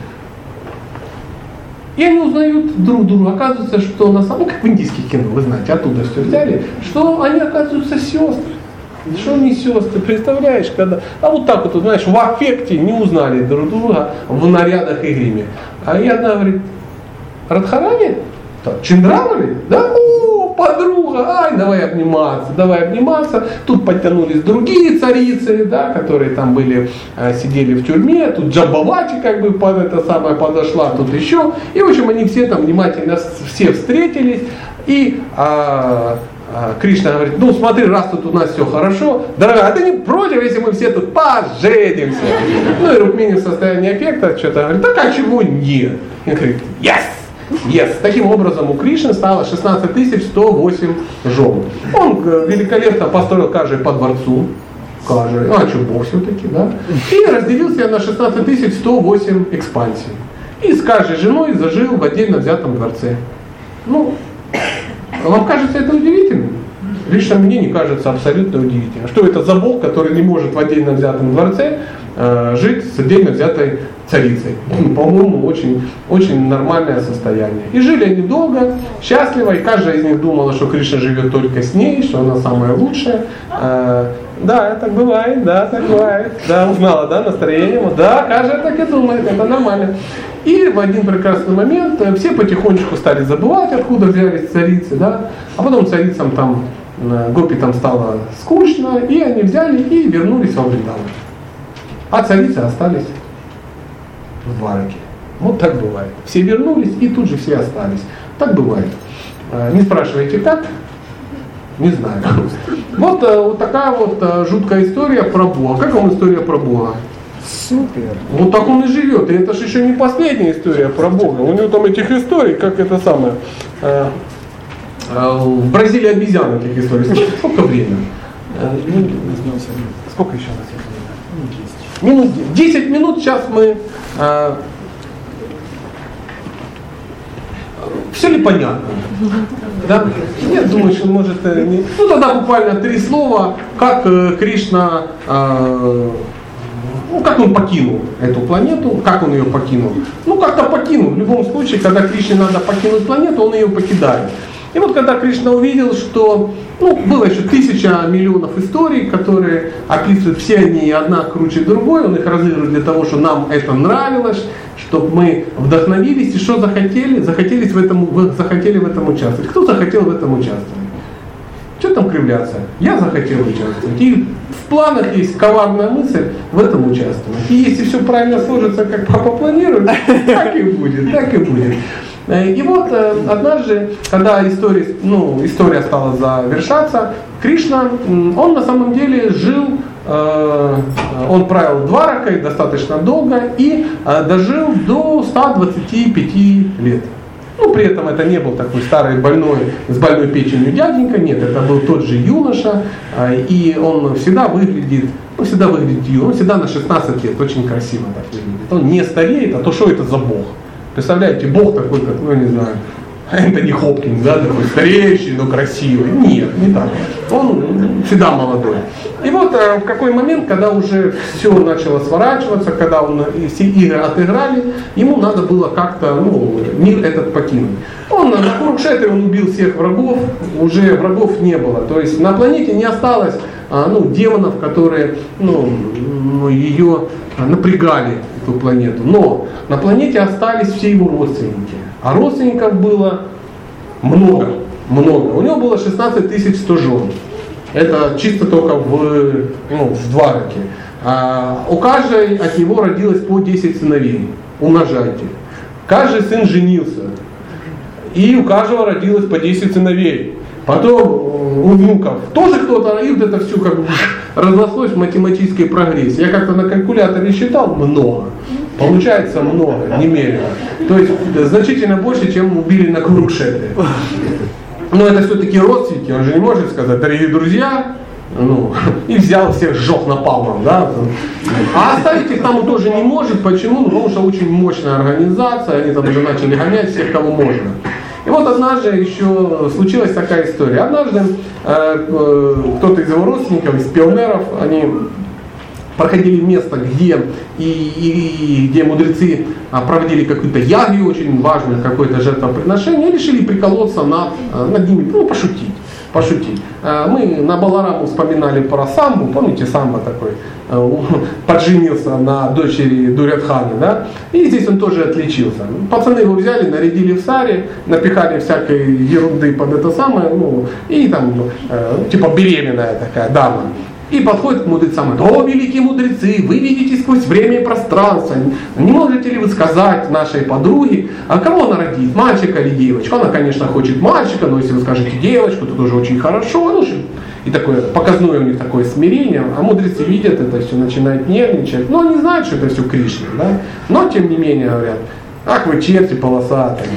D: и они узнают друг друга. Оказывается, что на самом, как в индийских кино, вы знаете, оттуда все взяли, что они оказываются сестры. Что не сестры, представляешь, когда... А вот так вот, знаешь, в аффекте не узнали друг друга в нарядах и гриме. А и одна говорит, Радхарани? Чандравали? Да? О, подруга, ай, давай обниматься, давай обниматься. Тут подтянулись другие царицы, да, которые там были, сидели в тюрьме. Тут Джамбавати как бы под это самое подошла, тут еще. И в общем они все там внимательно все встретились. И а, а, Кришна говорит, ну смотри, раз тут у нас все хорошо, дорогая, а ты не против, если мы все тут поженимся? Ну и Рукмини в состоянии аффекта что-то говорит, так а чего нет? И говорит, yes! Yes. Таким образом у Кришны стало шестнадцать тысяч сто восемь жен. Он великолепно построил каждый по дворцу, каждый, а что, Бог все-таки, да? И разделился на шестнадцать тысяч сто восемь экспансий. И с каждой женой зажил в отдельно взятом дворце. Ну, вам кажется это удивительным? Лично мне не кажется абсолютно удивительным. Что это за Бог, который не может в отдельно взятом дворце э, жить с отдельно взятой царицей? По-моему, очень, очень нормальное состояние. И жили они долго, счастливо, и каждая из них думала, что Кришна живет только с ней, что она самая лучшая. Э, да, так бывает, да, так бывает. Да, узнала, да, настроение. Да, каждая так и думает, это нормально. И в один прекрасный момент все потихонечку стали забывать, откуда взялись царицы, да, а потом царицам там, гопи там стало скучно, и они взяли и вернулись во Вриндаван. А царицы остались в Двараке. Вот так бывает. Все вернулись, и тут же все остались. Так бывает. Не спрашивайте как, не знаю. Вот, вот такая вот жуткая история про Бога. Как вам история про Бога?
C: Супер.
D: Вот так он и живет. И это же еще не последняя история про Бога. У него там этих историй, как это самое. Э, э, в Бразилии обезьян этих историй. Сколько времени? Э, сколько еще у нас времени? Минут десять минут. Сейчас мы... Э, все ли понятно? Да? Нет, думаю, что может... Не... Ну тогда буквально три слова, как э, Кришна... Э, Ну, как он покинул эту планету, как он ее покинул? Ну, как-то покинул. В любом случае, когда Кришне надо покинуть планету, он ее покидает. И вот когда Кришна увидел, что, ну, было еще тысяча миллионов историй, которые описывают, все они одна круче другой, он их разыгрывает для того, что нам это нравилось, чтобы мы вдохновились, и что захотели? Захотелись в этом, захотели в этом участвовать. Кто захотел в этом участвовать? Что там кривляться? Я захотел участвовать. И в планах есть коварная мысль в этом участвовать. И если все правильно сложится, как папа планирует, так и будет, так и будет. И вот однажды, когда история, ну, история стала завершаться, Кришна, он на самом деле жил, он правил Дваракой достаточно долго и дожил до ста двадцати пяти лет. Ну, при этом это не был такой старый больной, с больной печенью дяденька, нет, это был тот же юноша, и он всегда выглядит, он всегда выглядит юным, он всегда на шестнадцать лет, очень красиво так выглядит. Он не стареет, а то что это за Бог? Представляете, Бог такой, как, ну, не знаю, Энтони Хопкинс, да, такой стареющий, но красивый. Нет, не так. Он всегда молодой. И вот в какой момент, когда уже все начало сворачиваться, когда он, все игры отыграли, ему надо было как-то ну, мир этот покинуть. Он на Курукшетре он убил всех врагов, уже врагов не было. То есть на планете не осталось ну, демонов, которые ну, ее напрягали, эту планету. Но на планете остались все его родственники. А родственников было много, много. У него было шестнадцать тысяч сто жен. Это чисто только в, ну, в Двараке. А у каждой от него родилось по десять сыновей. Умножайте. Каждый сын женился. И у каждого родилось по десять сыновей. Потом у внуков тоже кто-то, и вот это все как бы разрослось в математической прогрессии. Я как-то на калькуляторе считал много. Получается много, немерено. То есть значительно больше, чем убили на Курукшетре. Но это все-таки родственники, он же не может сказать, дорогие друзья, ну, и взял всех, сжег напалмом, да. А оставить их там он тоже не может. Почему? Ну, потому что очень мощная организация, они там уже начали гонять всех, кого можно. И вот однажды еще случилась такая история. Однажды э, э, кто-то из его родственников, из пионеров, они проходили место, где, и, и, и, где мудрецы а, проводили какую-то ягью, очень важное какое-то жертвоприношение, и решили приколоться над, над ними, ну, пошутить. пошутить. Мы на Балараму вспоминали про Самбу, помните, Самба такой, подженился на дочери Дурядханы, да? И здесь он тоже отличился. Пацаны его взяли, нарядили в сари, напихали всякой ерунды под это самое, ну, и там, типа беременная такая дама. И подходит к мудрецам и говорит: о, великие мудрецы, вы видите сквозь время и пространство. Не можете ли вы сказать нашей подруге, а кого она родит, мальчика или девочку? Она, конечно, хочет мальчика, но если вы скажете девочку, то тоже очень хорошо. Ну, и такое показное у них такое смирение. А мудрецы видят это все, начинают нервничать. Но они знают, что это все Кришна. Да? Но, тем не менее, говорят: ах вы черти полосатые.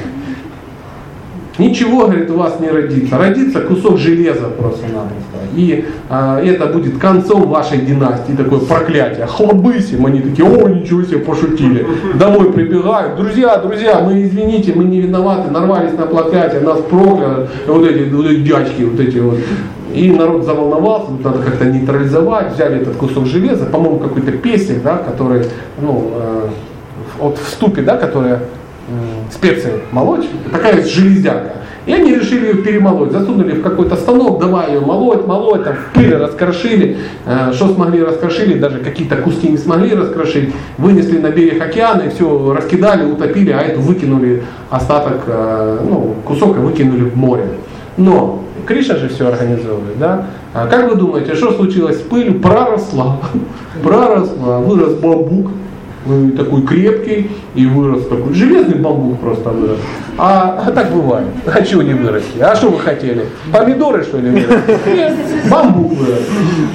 D: Ничего, говорит, у вас не родится. Родится кусок железа просто-напросто. И а, это будет концом вашей династии. Такое проклятие. Хлобысим. Они такие: о, ничего себе, пошутили. Домой прибегают. Друзья, друзья, мы извините, мы не виноваты. Нарвались на проклятие, нас прокляли. Вот эти, вот эти дядьки, вот эти вот. И народ заволновался, надо как-то нейтрализовать. Взяли этот кусок железа, по-моему, какой-то пестик, да, который, ну, э, вот в ступе, да, которая специи молоть, такая есть железяка. И они решили ее перемолоть, засунули в какой-то станок, давай ее молоть, молоть, там в пыль раскрошили, э, что смогли раскрошили, даже какие-то куски не смогли раскрошить, вынесли на берег океана и все раскидали, утопили, а эту выкинули, остаток, э, ну, кусок выкинули в море. Но Кришна же все организовывает, да? А как вы думаете, что случилось с пылью? Проросла, проросла, вырос бамбук. Такой крепкий и вырос такой. Железный бамбук просто вырос. А, а так бывает. А чего не вырасти? А что вы хотели? Помидоры, что ли, вырос? Нет, бамбук вырос.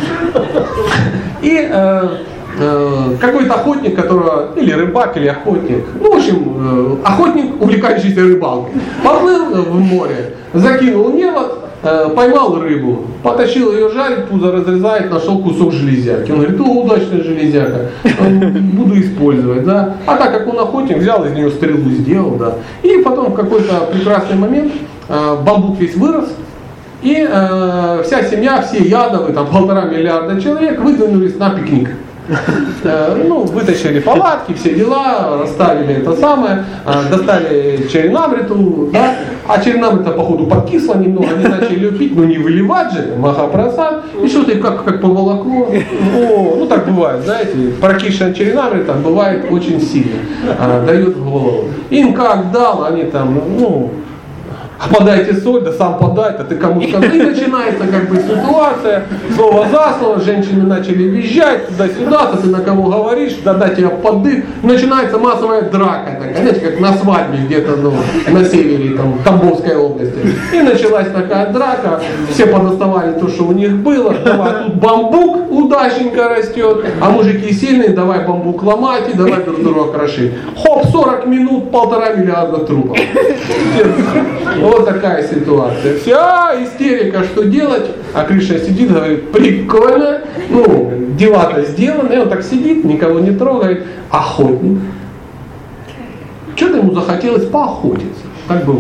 D: И э, э, какой-то охотник, которого, или рыбак, или охотник, ну, в общем, э, охотник, увлекающийся рыбалкой, поплыл в море, закинул невод, поймал рыбу, потащил ее жарить, пузо разрезает, нашел кусок железяки. Он говорит: о, удачная железяка, буду использовать, да. А так как он охотник, взял из нее стрелу, сделал, да. И потом в какой-то прекрасный момент бамбук весь вырос, и э, вся семья, все ядовые, там полтора миллиарда человек, выдвинулись на пикник. Ну, вытащили палатки, все дела, расставили это самое, достали черенамриту, да, а черенамрита походу подкисла немного, они начали ее пить, но не выливать же, махапрасад, и что-то как, как поволокло. О, ну так бывает, знаете, прокисшая черенамрита бывает очень сильно, дает в голову. Им как дал, они там, ну, а подайте соль, да сам подай, а ты кому сказал. И начинается как бы ситуация, слово за слово, женщины начали визжать туда-сюда, то ты на кого говоришь, да дать тебя поддых. Начинается массовая драка, такая, знаете, как на свадьбе где-то, ну, на севере, там, Тамбовской области. И началась такая драка, все подоставали то, что у них было, давай тут бамбук удачненько растет, а мужики сильные, давай бамбук ломать и давай друг друга крошить. Хоп, сорок минут, полтора миллиарда трупов. Вот такая ситуация. Вся истерика, что делать? А Кришна сидит, говорит: прикольно, ну, дела-то сделаны. И он так сидит, никого не трогает. Охотник. Что-то ему захотелось поохотиться. Так бывает.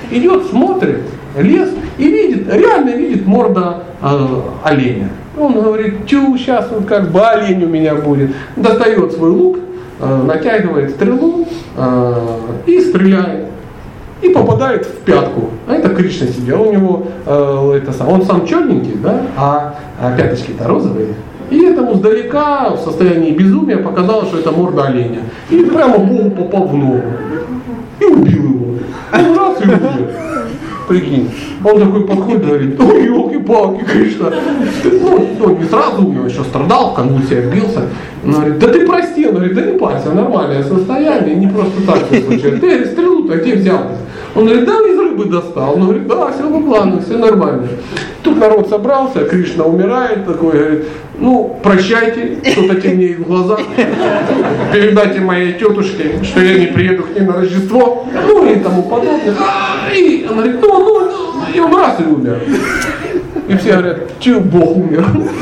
D: идет, смотрит лес и видит, реально видит морда э, оленя. Он говорит, тю, сейчас вот как бы олень у меня будет. Достает свой лук, э, натягивает стрелу э, и стреляет. И попадает в пятку. А это Кришна сидел, у него э, это сам, он сам черненький, да, а, а пяточки-то розовые. И этому сдалека в состоянии безумия показалось, что это морда оленя. И прямо Богу попал в ногу. И убил его. Он раз и умер. Прикинь. Он такой подходит и говорит, ой, елки-палки, Кришна. Ну, ну, не сразу умер, еще страдал, в конвульсиях бился. Он говорит, да ты прости. Он говорит, да не парься, нормальное состояние, не просто так все случилось. Ты стрелу-то где взял? Он говорит, да, из рыбы достал. Он говорит, да, все по плану, все нормально. Тут народ собрался, Кришна умирает, такой говорит, ну, прощайте, что-то темнеет в глазах. Передайте моей тетушке, что я не приеду к ней на Рождество, ну и тому подобное. И он говорит, ну, ну, и он раз и умер. И все говорят, че Бог умер.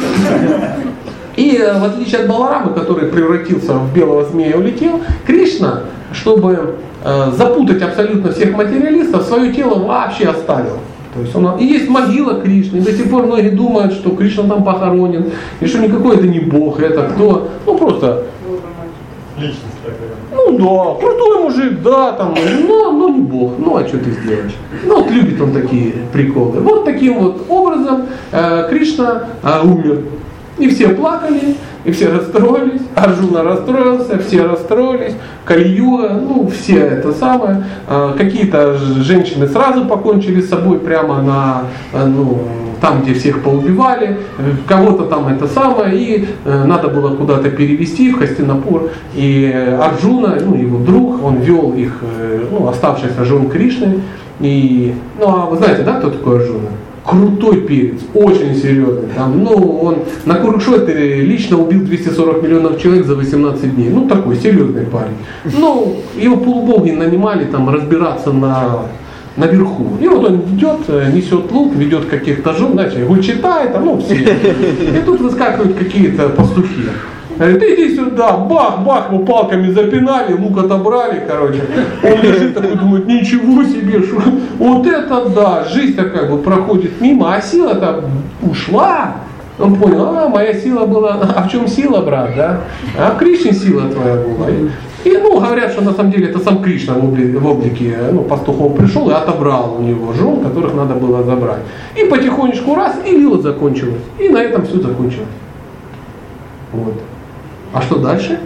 D: И в отличие от Баларамы, который превратился в белого змея и улетел, Кришна, чтобы э, запутать абсолютно всех материалистов, свое тело вообще оставил. То есть он, и есть могила Кришны, и до сих пор многие думают, что Кришна там похоронен, и что никакой это не Бог, это кто, ну просто...
B: Личность такая.
D: Ну да, крутой мужик, да, там, но, но не Бог, ну а что ты сделаешь? Ну вот любит он такие приколы. Вот таким вот образом э, Кришна э, умер. И все плакали, и все расстроились, Арджуна расстроился, все расстроились, Кали-юга, ну все это самое. Какие-то женщины сразу покончили с собой прямо на, ну, там, где всех поубивали, кого-то там это самое, и надо было куда-то перевести в Хастинапур. И Арджуна, ну его друг, он вел их, ну, оставшихся жен Кришны. И, ну а вы знаете, да, кто такой Арджуна? Крутой перец, очень серьезный. Там, ну, он на Курукшетре лично убил двести сорок миллионов человек за восемнадцать дней. Ну, такой серьезный парень. Ну, его полубоги нанимали там разбираться на, наверху. И вот он идет, несет лук, ведет каких-то жен, знаете, его читает, ну, все. И тут выскакивают какие-то пастухи. Говорит, иди сюда, бах-бах, его палками запинали, лук отобрали, короче. Он лежит такой, думает, ничего себе, шо, вот это да, жизнь-то как бы проходит мимо, а сила-то ушла. Он понял, а, моя сила была, а в чем сила, брат, да? А в Кришне сила твоя была. И, ну, говорят, что на самом деле это сам Кришна в облике, в облике ну, пастухов пришел и отобрал у него жен, которых надо было забрать. И потихонечку раз, и лила закончилась. И на этом все закончилось. Вот. А что дальше?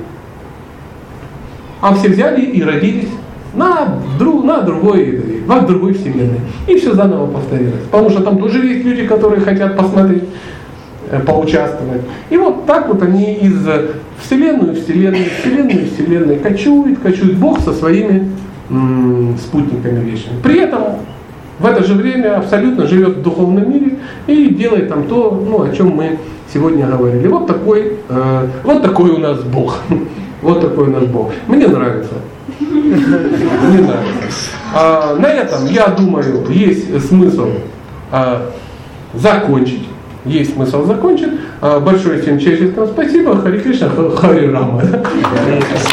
D: А все взяли и родились на, друг, на другой, в другой вселенной. И все заново повторилось. Потому что там тоже есть люди, которые хотят посмотреть, поучаствовать. И вот так вот они из вселенной в вселенную, вселенную в вселенную кочуют, кочует Бог со своими м- спутниками вечными. При этом в это же время абсолютно живет в духовном мире и делает там то, ну, о чем мы сегодня говорили. Вот такой, э, вот такой у нас Бог. Вот такой у нас Бог. Мне нравится. Мне нравится. А, на этом, я думаю, есть смысл а, закончить. Есть смысл закончить. А, большое всем человеческому спасибо. Хари Кришна, Хари Рама.